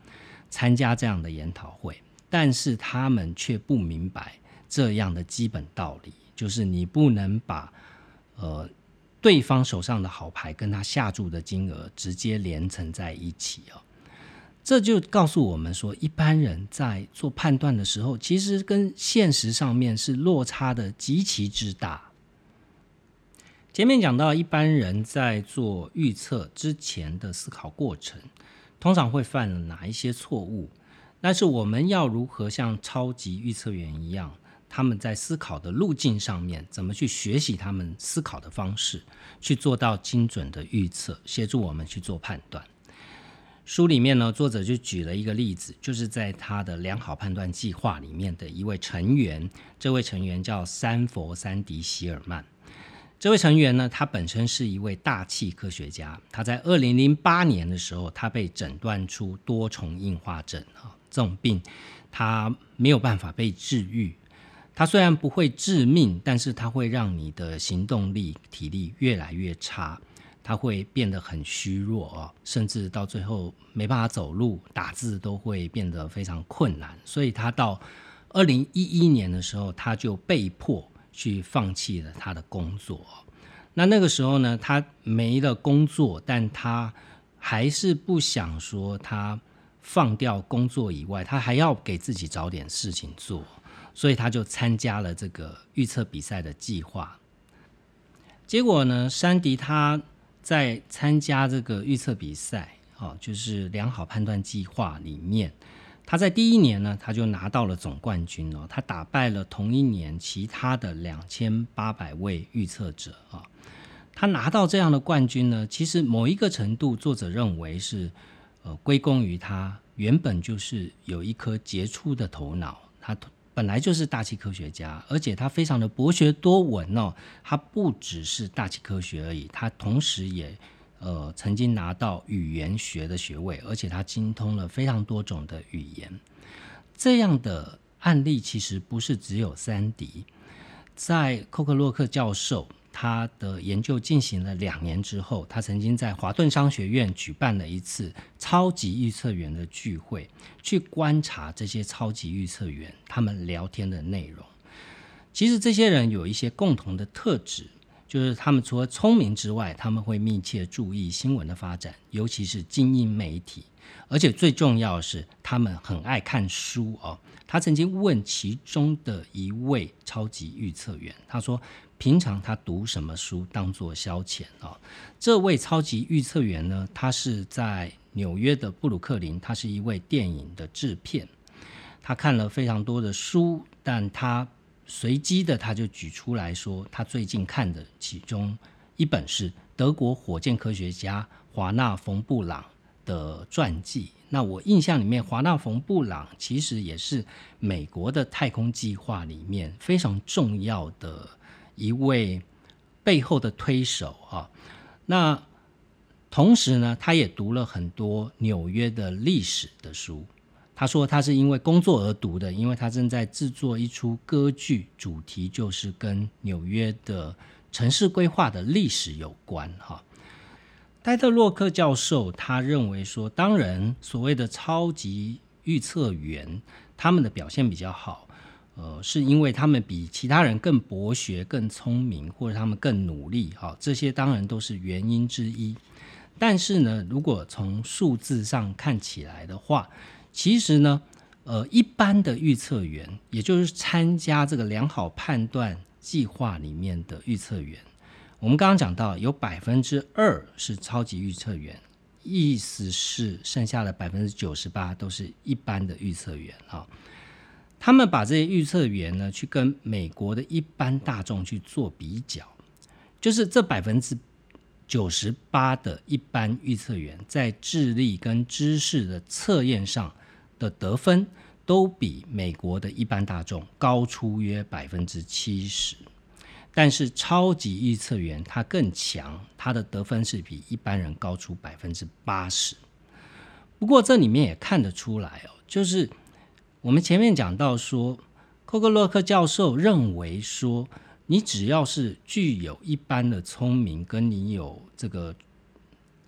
参加这样的研讨会，但是他们却不明白这样的基本道理，就是你不能把呃对方手上的好牌跟他下注的金额直接连成在一起哦。这就告诉我们说，一般人在做判断的时候，其实跟现实上面是落差的极其之大。前面讲到，一般人在做预测之前的思考过程，通常会犯了哪一些错误？但是我们要如何像超级预测员一样，他们在思考的路径上面，怎么去学习他们思考的方式，去做到精准的预测，协助我们去做判断。书里面呢，作者就举了一个例子，就是在他的良好判断计划里面的一位成员，这位成员叫山佛山迪希尔曼。这位成员呢，他本身是一位大气科学家，他在二零零八年的时候，他被诊断出多重硬化症，这种病他没有办法被治愈，它虽然不会致命，但是它会让你的行动力、体力越来越差，它会变得很虚弱哦，甚至到最后没办法走路、打字都会变得非常困难。所以他到二零一一年的时候，他就被迫去放弃了他的工作。那那个时候呢，他没了工作，但他还是不想说他放掉工作以外，他还要给自己找点事情做，所以他就参加了这个预测比赛的计划。结果呢，山迪他在参加这个预测比赛，哦，就是良好判断计划里面，他在第一年呢，他就拿到了总冠军哦，他打败了同一年其他的两千八百位预测者啊、哦。他拿到这样的冠军呢，其实某一个程度，作者认为是呃归功于他原本就是有一颗杰出的头脑，他本来就是大气科学家，而且他非常的博学多闻哦，他不只是大气科学而已，他同时也呃曾经拿到语言学的学位，而且他精通了非常多种的语言。这样的案例其实不是只有山迪，在寇克洛克教授他的研究进行了两年之后，他曾经在华顿商学院举办了一次超级预测员的聚会，去观察这些超级预测员他们聊天的内容。其实这些人有一些共同的特质，就是他们除了聪明之外，他们会密切注意新闻的发展，尤其是精英媒体，而且最重要的是他们很爱看书哦。他曾经问其中的一位超级预测员，他说平常他读什么书当作消遣哦？这位超级预测员呢，他是在纽约的布鲁克林，他是一位电影的制片，他看了非常多的书，但他随机的他就举出来说，他最近看的其中一本是德国火箭科学家华纳冯布朗的传记。那我印象里面，华纳冯布朗其实也是美国的太空计划里面非常重要的一位背后的推手啊。那同时呢，他也读了很多纽约的历史的书。他说他是因为工作而读的，因为他正在制作一出歌剧，主题就是跟纽约的城市规划的历史有关哈。戴特洛克教授他认为说，当然所谓的超级预测员他们的表现比较好，呃，是因为他们比其他人更博学、更聪明，或者他们更努力，哦，这些当然都是原因之一。但是呢，如果从数字上看起来的话，其实呢，呃，一般的预测员，也就是参加这个良好判断计划里面的预测员，我们刚刚讲到有百分之二是超级预测员，意思是剩下的百分之九十八都是一般的预测员啊。他们把这些预测员呢，去跟美国的一般大众去做比较，就是这百分之九十八的一般预测员在智力跟知识的测验上的得分，都比美国的一般大众高出约百分之七十。但是超级预测员他更强，他的得分是比一般人高出百分之八十。不过这里面也看得出来哦，就是我们前面讲到说，寇克洛克教授认为说，你只要是具有一般的聪明，跟你有这个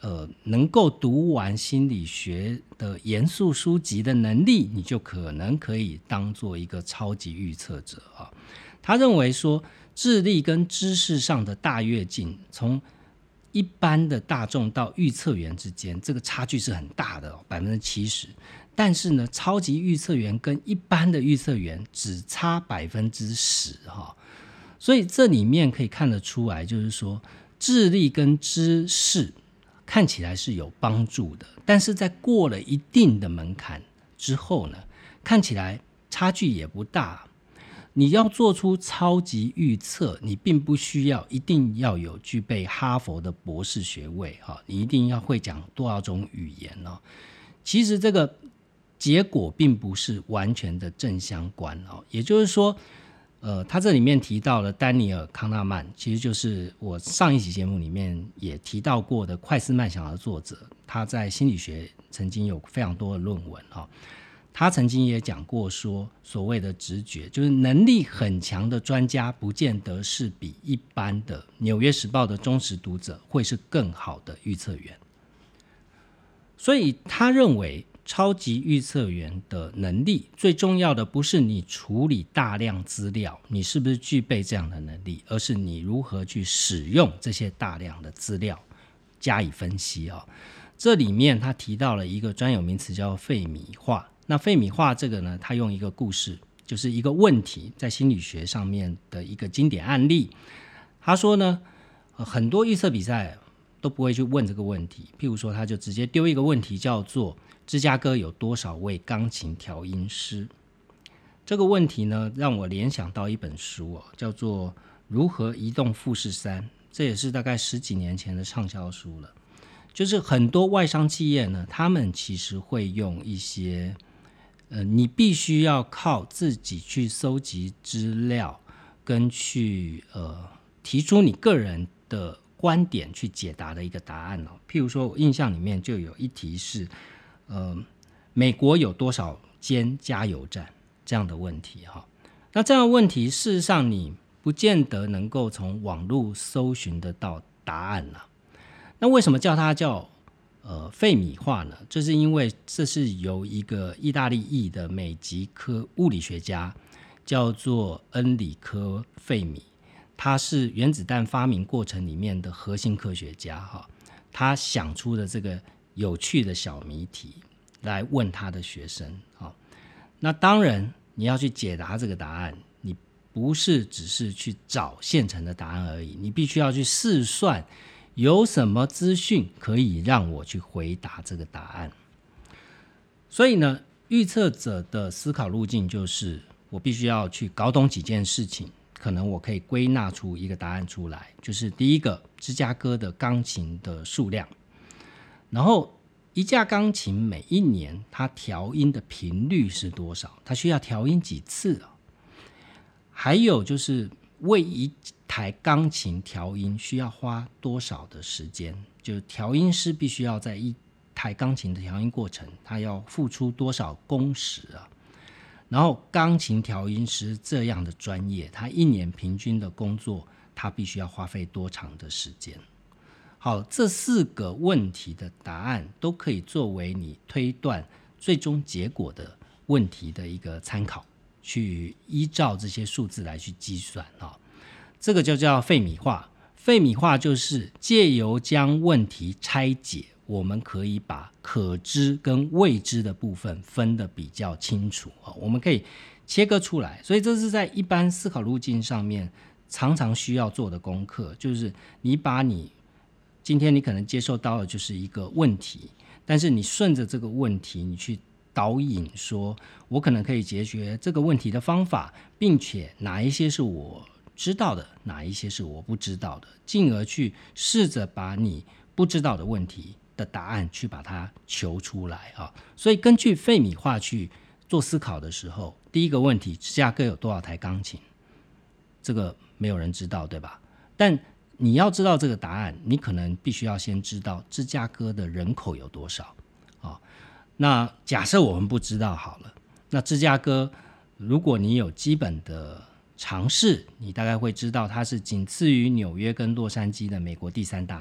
呃能够读完心理学的严肃书籍的能力，你就可能可以当做一个超级预测者啊。他认为说，智力跟知识上的大跃进，从一般的大众到预测员之间，这个差距是很大的，百分之七十。但是呢，超级预测员跟一般的预测员只差百分之十哈。所以这里面可以看得出来，就是说智力跟知识看起来是有帮助的，但是在过了一定的门槛之后呢，看起来差距也不大。你要做出超级预测，你并不需要一定要有具备哈佛的博士学位，你一定要会讲多少种语言。其实这个结果并不是完全的正相关。也就是说，呃，他这里面提到了丹尼尔·康纳曼，其实就是我上一期节目里面也提到过的快思慢想的作者，他在心理学曾经有非常多的论文。他曾经也讲过说，所谓的直觉，就是能力很强的专家不见得是比一般的纽约时报的忠实读者会是更好的预测员。所以他认为超级预测员的能力最重要的不是你处理大量资料，你是不是具备这样的能力，而是你如何去使用这些大量的资料加以分析。哦，这里面他提到了一个专有名词叫费米化。那费米化这个呢，他用一个故事，就是一个问题，在心理学上面的一个经典案例。他说呢，呃、很多预测比赛都不会去问这个问题，譬如说他就直接丢一个问题叫做芝加哥有多少位钢琴调音师。这个问题呢，让我联想到一本书，哦，叫做如何移动富士山，这也是大概十几年前的畅销书了。就是很多外商企业呢，他们其实会用一些呃，你必须要靠自己去搜集资料，跟去呃提出你个人的观点去解答的一个答案。哦，譬如说我印象里面就有一题是呃，美国有多少间加油站这样的问题。哦，那这样的问题事实上你不见得能够从网络搜寻得到答案啦。那为什么叫它叫呃，费米化呢？这是因为这是由一个意大利裔的美籍科物理学家叫做恩里科·费米，他是原子弹发明过程里面的核心科学家。哈，他想出的这个有趣的小谜题来问他的学生。哈，那当然你要去解答这个答案，你不是只是去找现成的答案而已，你必须要去试算有什么资讯可以让我去回答这个答案。所以呢，预测者的思考路径就是我必须要去搞懂几件事情，可能我可以归纳出一个答案出来。就是第一个，芝加哥的钢琴的数量，然后一架钢琴每一年它调音的频率是多少，它需要调音几次。啊，还有就是为一台钢琴调音需要花多少的时间，就调音师必须要在一台钢琴的调音过程，他要付出多少工时啊？然后钢琴调音师这样的专业，他一年平均的工作，他必须要花费多长的时间？好，这四个问题的答案都可以作为你推断最终结果的问题的一个参考，去依照这些数字来去计算。啊，这个就叫费米化。费米化就是借由将问题拆解，我们可以把可知跟未知的部分分得比较清楚，我们可以切割出来。所以这是在一般思考路径上面常常需要做的功课，就是你把你今天你可能接受到的就是一个问题，但是你顺着这个问题你去导引，说我可能可以解决这个问题的方法，并且哪一些是我知道的，哪一些是我不知道的，进而去试着把你不知道的问题的答案去把它求出来。啊，所以根据费米化去做思考的时候，第一个问题，芝加哥有多少台钢琴？这个没有人知道，对吧？但你要知道这个答案，你可能必须要先知道芝加哥的人口有多少。啊，那假设我们不知道好了，那芝加哥如果你有基本的尝试，你大概会知道它是仅次于纽约跟洛杉矶的美国第三大城。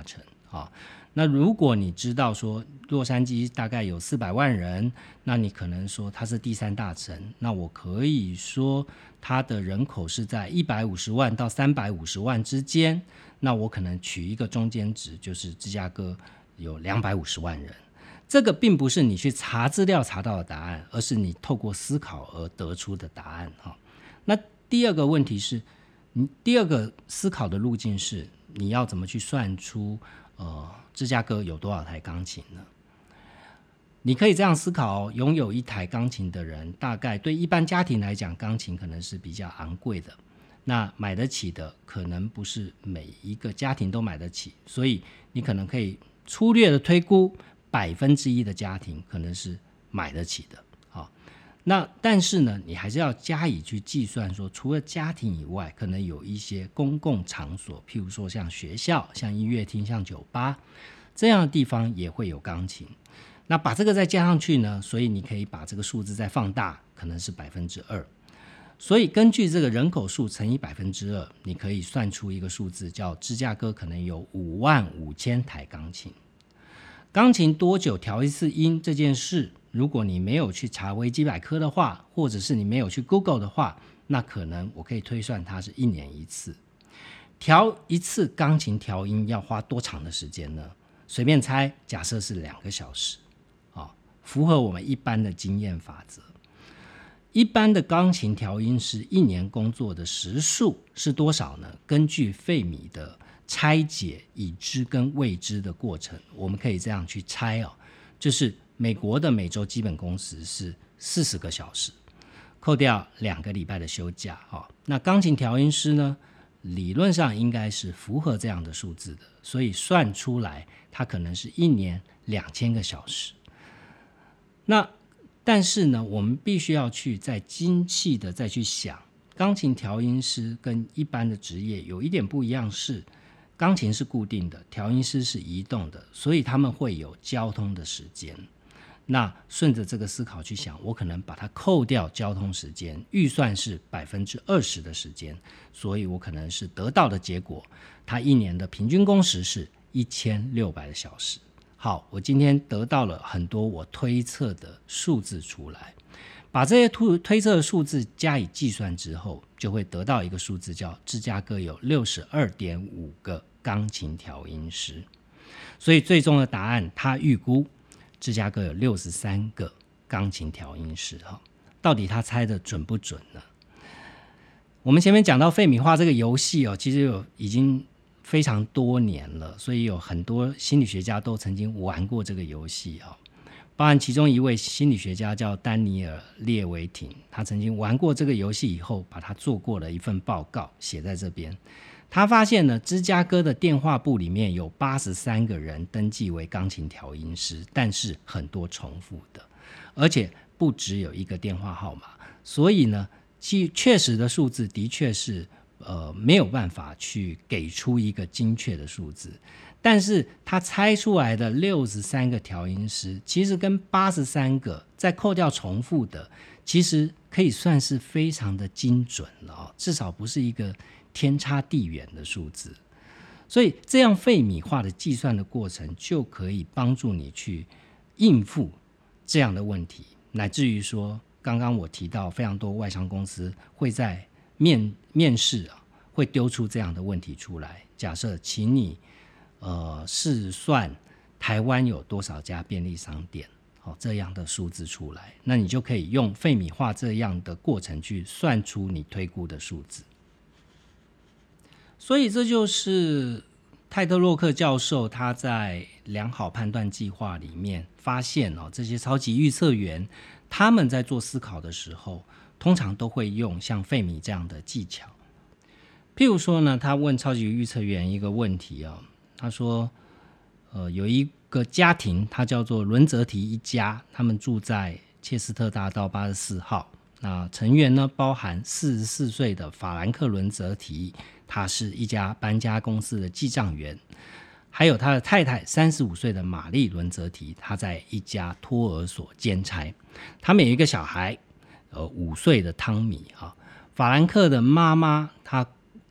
好，那如果你知道说洛杉矶大概有四百万人，那你可能说它是第三大城，那我可以说它的人口是在一百五十万到三百五十万之间，那我可能取一个中间值，就是芝加哥有两百五十万人。这个并不是你去查资料查到的答案，而是你透过思考而得出的答案。那第二个问题是，第二个思考的路径是你要怎么去算出呃芝加哥有多少台钢琴呢？你可以这样思考哦，拥有一台钢琴的人，大概对一般家庭来讲，钢琴可能是比较昂贵的，那买得起的可能不是每一个家庭都买得起，所以你可能可以粗略的推估百分之一的家庭可能是买得起的。好，那但是呢，你还是要加以去计算说，除了家庭以外，可能有一些公共场所，譬如说像学校、像音乐厅、像酒吧这样的地方也会有钢琴。那把这个再加上去呢，所以你可以把这个数字再放大，可能是百分之二。所以根据这个人口数乘以百分之二，你可以算出一个数字，叫芝加哥可能有五万五千台钢琴。钢琴多久调一次音这件事，如果你没有去查维基百科的话，或者是你没有去 Google 的话，那可能我可以推算它是一年一次。调一次钢琴调音要花多长的时间呢？随便猜，假设是两个小时。符合我们一般的经验法则。一般的钢琴调音师一年工作的时数是多少呢？根据费米的拆解已知跟未知的过程，我们可以这样去猜哦，就是美国的每周基本工时是四十个小时，扣掉两个礼拜的休假。哦，那钢琴调音师呢，理论上应该是符合这样的数字的，所以算出来它可能是一年两千个小时。那但是呢，我们必须要去再精细的再去想，钢琴调音师跟一般的职业有一点不一样，是钢琴是固定的，调音师是移动的，所以他们会有交通的时间。那顺着这个思考去想，我可能把它扣掉交通时间，预算是百分之二十的时间，所以我可能是得到的结果，他一年的平均工时是一千六百个小时。好，我今天得到了很多我推测的数字出来，把这些推测的数字加以计算之后，就会得到一个数字，叫芝加哥有 六十二点五个钢琴调音师。所以最终的答案，他预估芝加哥有六十三个钢琴调音师。到底他猜的准不准呢？我们前面讲到费米化这个游戏哦，其实有已经非常多年了，所以有很多心理学家都曾经玩过这个游戏啊，包含其中一位心理学家叫丹尼尔·列维廷，他曾经玩过这个游戏以后，把他做过了一份报告写在这边。他发现呢，芝加哥的电话簿里面有八十三个人登记为钢琴调音师，但是很多重复的，而且不只有一个电话号码，所以呢，其确实的数字的确是呃，没有办法去给出一个精确的数字，但是他猜出来的六十三个调音师，其实跟八十三个再扣掉重复的，其实可以算是非常的精准了哦，至少不是一个天差地远的数字。所以这样费米化的计算的过程，就可以帮助你去应付这样的问题，乃至于说，刚刚我提到非常多外商公司会在面面试啊，会丢出这样的问题出来。假设，请你呃试算台湾有多少家便利商店，哦，这样的数字出来，那你就可以用费米化这样的过程去算出你推估的数字。所以这就是泰特洛克教授他在良好判断计划里面发现哦，这些超级预测员他们在做思考的时候，通常都会用像费米这样的技巧。譬如说呢，他问超级预测员一个问题啊，他说，呃，有一个家庭，他叫做伦泽提一家，他们住在切斯特大道八十四号。那成员呢，包含四十四岁的法兰克·伦泽提，他是一家搬家公司的记账员，还有他的太太三十五岁的玛丽·伦泽提，他在一家托儿所兼差。他们有一个小孩，呃，五岁的汤米啊。法兰克的妈妈，她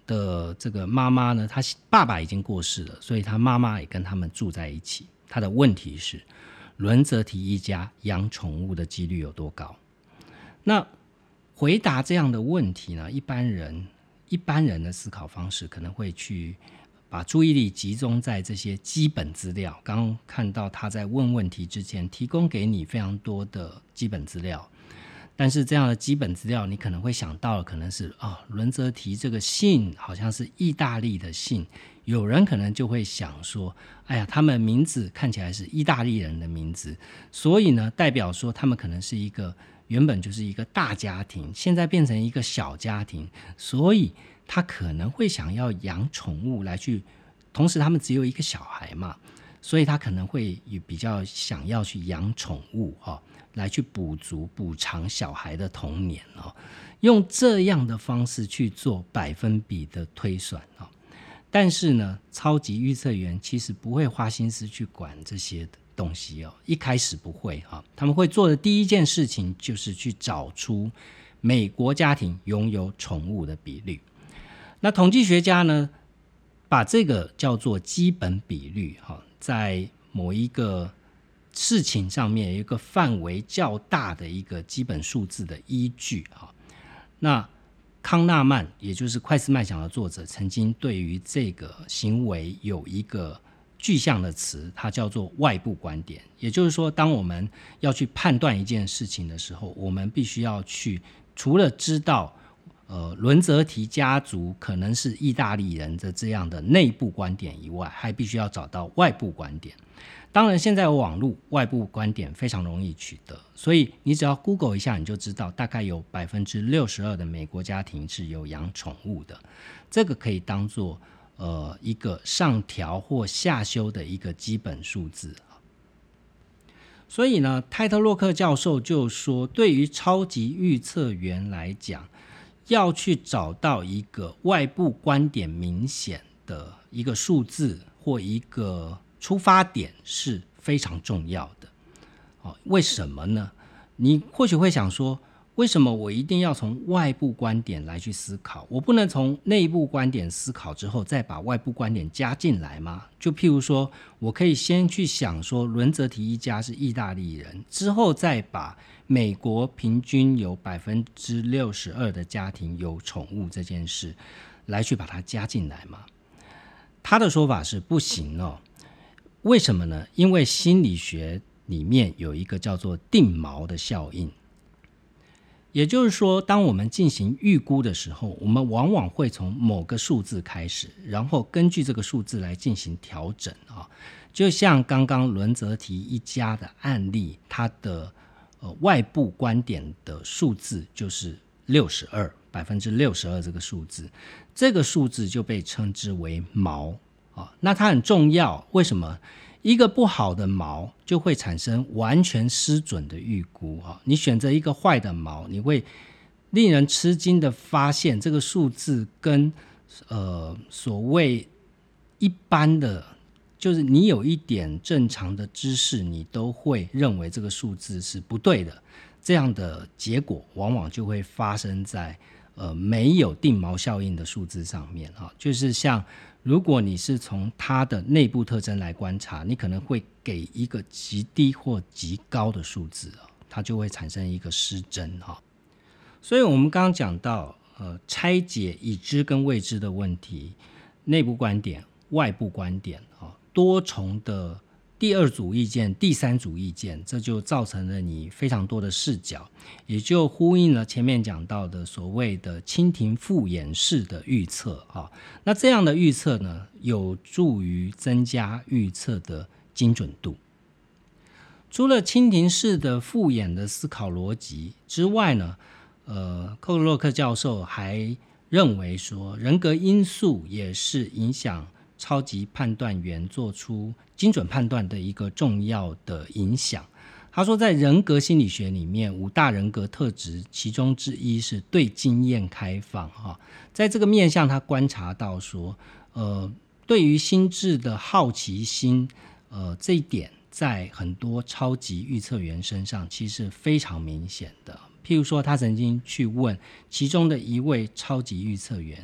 的这个妈妈呢，他爸爸已经过世了，所以他妈妈也跟他们住在一起。他的问题是，伦泽提一家养宠物的几率有多高？那回答这样的问题呢，一般人一般人的思考方式可能会去把注意力集中在这些基本资料。刚刚看到他在问问题之前提供给你非常多的基本资料，但是这样的基本资料你可能会想到的可能是哦，伦泽提这个姓好像是意大利的姓，有人可能就会想说，哎呀，他们名字看起来是意大利人的名字，所以呢代表说他们可能是一个原本就是一个大家庭，现在变成一个小家庭，所以他可能会想要养宠物来去，同时他们只有一个小孩嘛，所以他可能会比较想要去养宠物、哦、来去补足补偿小孩的童年、哦、用这样的方式去做百分比的推算、哦、但是呢超级预测员其实不会花心思去管这些东西哦，一开始不会、哦、他们会做的第一件事情就是去找出美国家庭拥有宠物的比率。那统计学家呢把这个叫做基本比率、哦、在某一个事情上面有一个范围较大的一个基本数字的依据、哦、那康纳曼也就是快思慢想的作者曾经对于这个行为有一个具象的词，它叫做外部观点。也就是说当我们要去判断一件事情的时候，我们必须要去除了知道呃，伦泽提家族可能是意大利人的这样的内部观点以外，还必须要找到外部观点。当然现在有网络，外部观点非常容易取得，所以你只要 Google 一下你就知道大概有 百分之六十二 的美国家庭是有养宠物的，这个可以当作呃一个上调或下修的一个基本数字。所以呢泰特洛克教授就说，对于超级预测员来讲，要去找到一个外部观点明显的一个数字或一个出发点是非常重要的、哦、为什么呢？你或许会想说，为什么我一定要从外部观点来去思考，我不能从内部观点思考之后再把外部观点加进来吗？就譬如说我可以先去想说伦泽提一家是意大利人，之后再把美国平均有 百分之六十二 的家庭有宠物这件事来去把它加进来吗？他的说法是不行哦。为什么呢？因为心理学里面有一个叫做定锚的效应，也就是说当我们进行预估的时候，我们往往会从某个数字开始，然后根据这个数字来进行调整、哦、就像刚刚伦泽提一家的案例，它的呃，外部观点的数字就是六十二， 百分之六十二这个数字，这个数字就被称之为锚、哦、那它很重要，为什么？一个不好的锚就会产生完全失准的预估、哦、你选择一个坏的锚，你会令人吃惊的发现这个数字跟呃所谓一般的，就是你有一点正常的知识，你都会认为这个数字是不对的，这样的结果往往就会发生在呃没有定锚效应的数字上面、哦、就是像如果你是从它的内部特征来观察，你可能会给一个极低或极高的数字、哦、它就会产生一个失真、哦、所以我们刚刚讲到呃拆解已知跟未知的问题，内部观点外部观点、哦多重的第二组意见第三组意见，这就造成了你非常多的视角，也就呼应了前面讲到的所谓的蜻蜓复眼式的预测、哦、那这样的预测呢有助于增加预测的精准度。除了蜻蜓式的复眼的思考逻辑之外呢，呃，寇洛克教授还认为说人格因素也是影响超级判断员做出精准判断的一个重要的影响。他说在人格心理学里面，五大人格特质其中之一是对经验开放、哦、在这个面向他观察到说呃，对于心智的好奇心呃，这一点在很多超级预测员身上其实非常明显的。譬如说他曾经去问其中的一位超级预测员，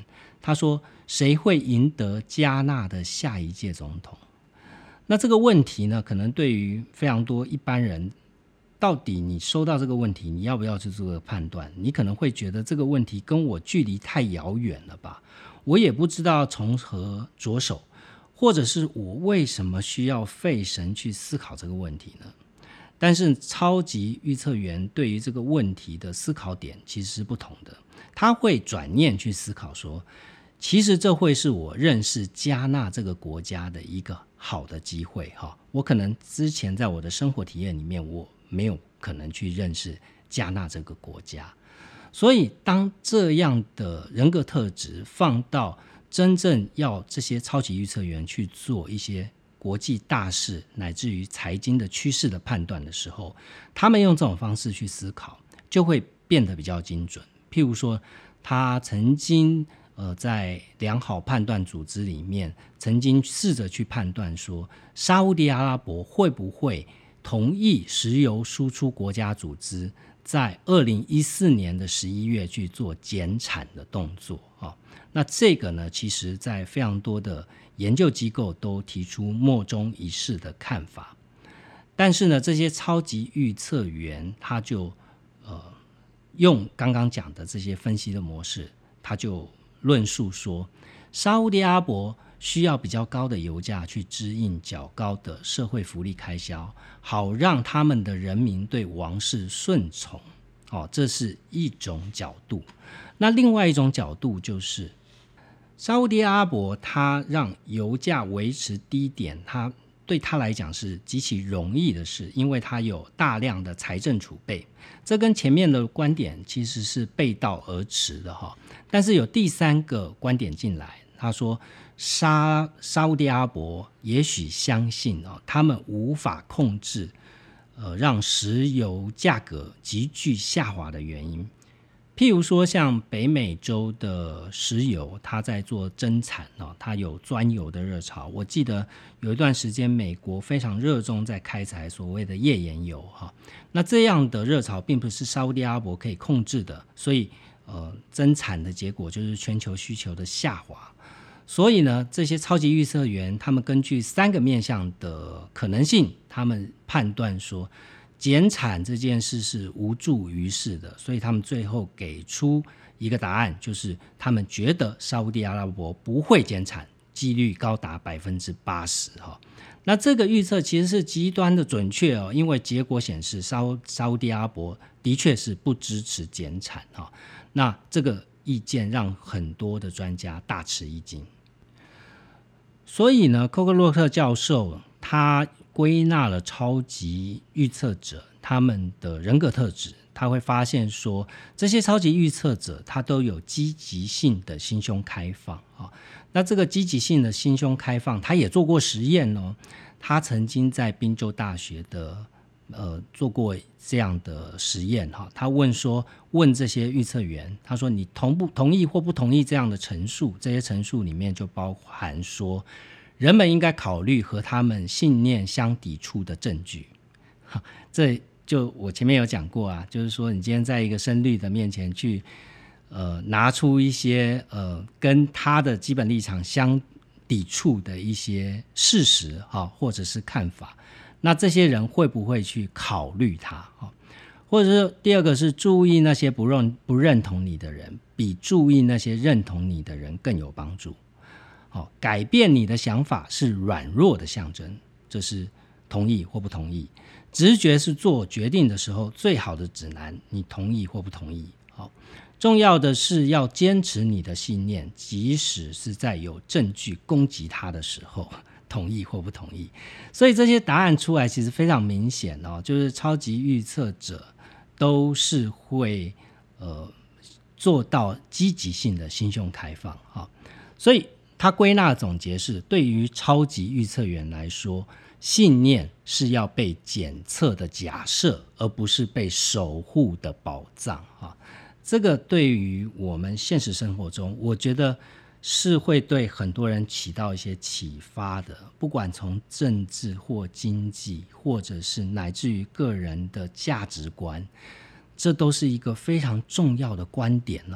他说谁会赢得加纳的下一届总统？那这个问题呢，可能对于非常多一般人，到底你收到这个问题，你要不要去做个判断？你可能会觉得这个问题跟我距离太遥远了吧，我也不知道从何着手，或者是我为什么需要费神去思考这个问题呢？但是超级预测员对于这个问题的思考点其实是不同的，他会转念去思考说，其实这会是我认识加纳这个国家的一个好的机会。我可能之前在我的生活体验里面，我没有可能去认识加纳这个国家，所以当这样的人格特质放到真正要这些超级预测员去做一些国际大事乃至于财经的趋势的判断的时候，他们用这种方式去思考就会变得比较精准。譬如说他曾经呃在良好判断组织里面曾经试着去判断说，沙烏地阿拉伯会不会同意石油输出国家组织在二零一四年的十一月去做减产的动作。那这个呢，其实在非常多的研究机构都提出莫衷一是的看法，但是呢，这些超级预测员他就呃用刚刚讲的这些分析的模式，他就论述说，沙烏地阿拉伯需要比较高的油价去支应较高的社会福利开销，好让他们的人民对王室顺从。哦，这是一种角度。那另外一种角度就是，沙烏地阿拉伯它让油价维持低点，它对它来讲是极其容易的事，因为它有大量的财政储备。这跟前面的观点其实是背道而驰的哈。但是有第三个观点进来，他说沙沙烏地阿拉伯也许相信哦，他们无法控制呃让石油价格急剧下滑的原因。譬如说像北美洲的石油，它在做增产，它有钻油的热潮。我记得有一段时间美国非常热衷在开采所谓的页岩油，那这样的热潮并不是沙烏地阿拉伯可以控制的，所以呃，增产的结果就是全球需求的下滑。所以呢，这些超级预测员他们根据三个面向的可能性，他们判断说减产这件事是无助于事的，所以他们最后给出一个答案，就是他们觉得沙烏地阿拉伯不会减产，几率高达 百分之八十。 那这个预测其实是极端的准确哦，因为结果显示沙沙烏地阿拉伯的确是不支持减产。那这个意见让很多的专家大吃一惊。所以呢，寇克洛特教授他归纳了超级预测者他们的人格特质，他会发现说，这些超级预测者他都有积极性的心胸开放。那这个积极性的心胸开放，他也做过实验哦。他曾经在宾州大学的呃做过这样的实验哈。他问说，问这些预测员，他说你同不同意或不同意这样的陈述？这些陈述里面就包含说，人们应该考虑和他们信念相抵触的证据。这就我前面有讲过啊，就是说你今天在一个深绿的面前去呃拿出一些呃跟他的基本立场相抵触的一些事实哈，或者是看法，那这些人会不会去考虑它？或者是第二个是注意那些不认不认同你的人，比注意那些认同你的人更有帮助。好，改变你的想法是软弱的象征，这是同意或不同意。直觉是做决定的时候最好的指南，你同意或不同意。好，重要的是要坚持你的信念，即使是在有证据攻击他的时候，同意或不同意。所以这些答案出来其实非常明显哦，就是超级预测者都是会呃做到积极性的心胸开放。好，所以他归纳总结是，对于超级预测员来说，信念是要被检测的假设，而不是被守护的宝藏。这个对于我们现实生活中，我觉得是会对很多人起到一些启发的，不管从政治或经济，或者是乃至于个人的价值观，这都是一个非常重要的观点哦。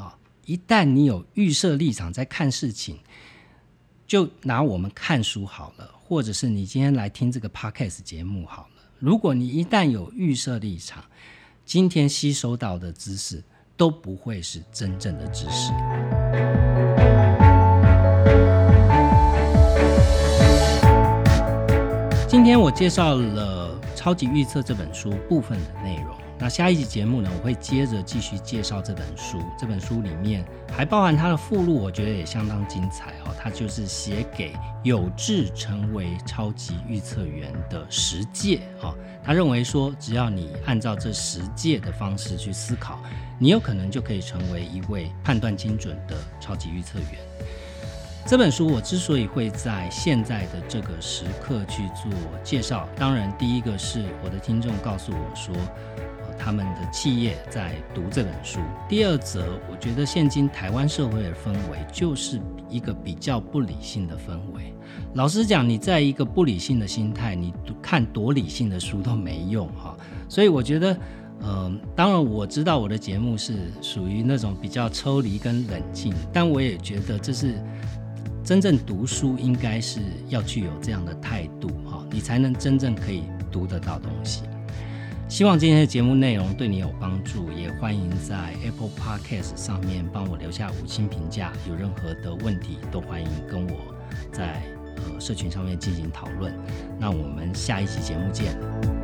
一旦你有预设立场在看事情，就拿我们看书好了，或者是你今天来听这个 podcast 节目好了，如果你一旦有预设立场，今天吸收到的知识都不会是真正的知识。今天我介绍了《超级预测》这本书部分的内容，那下一集节目呢，我会接着继续介绍这本书。这本书里面还包含它的附录，我觉得也相当精彩哦。它就是写给有志成为超级预测员的十诫哦。他认为说，只要你按照这十诫的方式去思考，你有可能就可以成为一位判断精准的超级预测员。这本书我之所以会在现在的这个时刻去做介绍，当然第一个是我的听众告诉我说、呃、他们的企业在读这本书，第二则我觉得现今台湾社会的氛围就是一个比较不理性的氛围。老实讲，你在一个不理性的心态，你看多理性的书都没用、哦、所以我觉得呃，当然我知道我的节目是属于那种比较抽离跟冷静，但我也觉得这是真正读书应该是要具有这样的态度、哦、你才能真正可以读得到东西。希望今天的节目内容对你有帮助，也欢迎在 Apple Podcast 上面帮我留下五星评价，有任何的问题都欢迎跟我在、呃、社群上面进行讨论。那我们下一期节目见。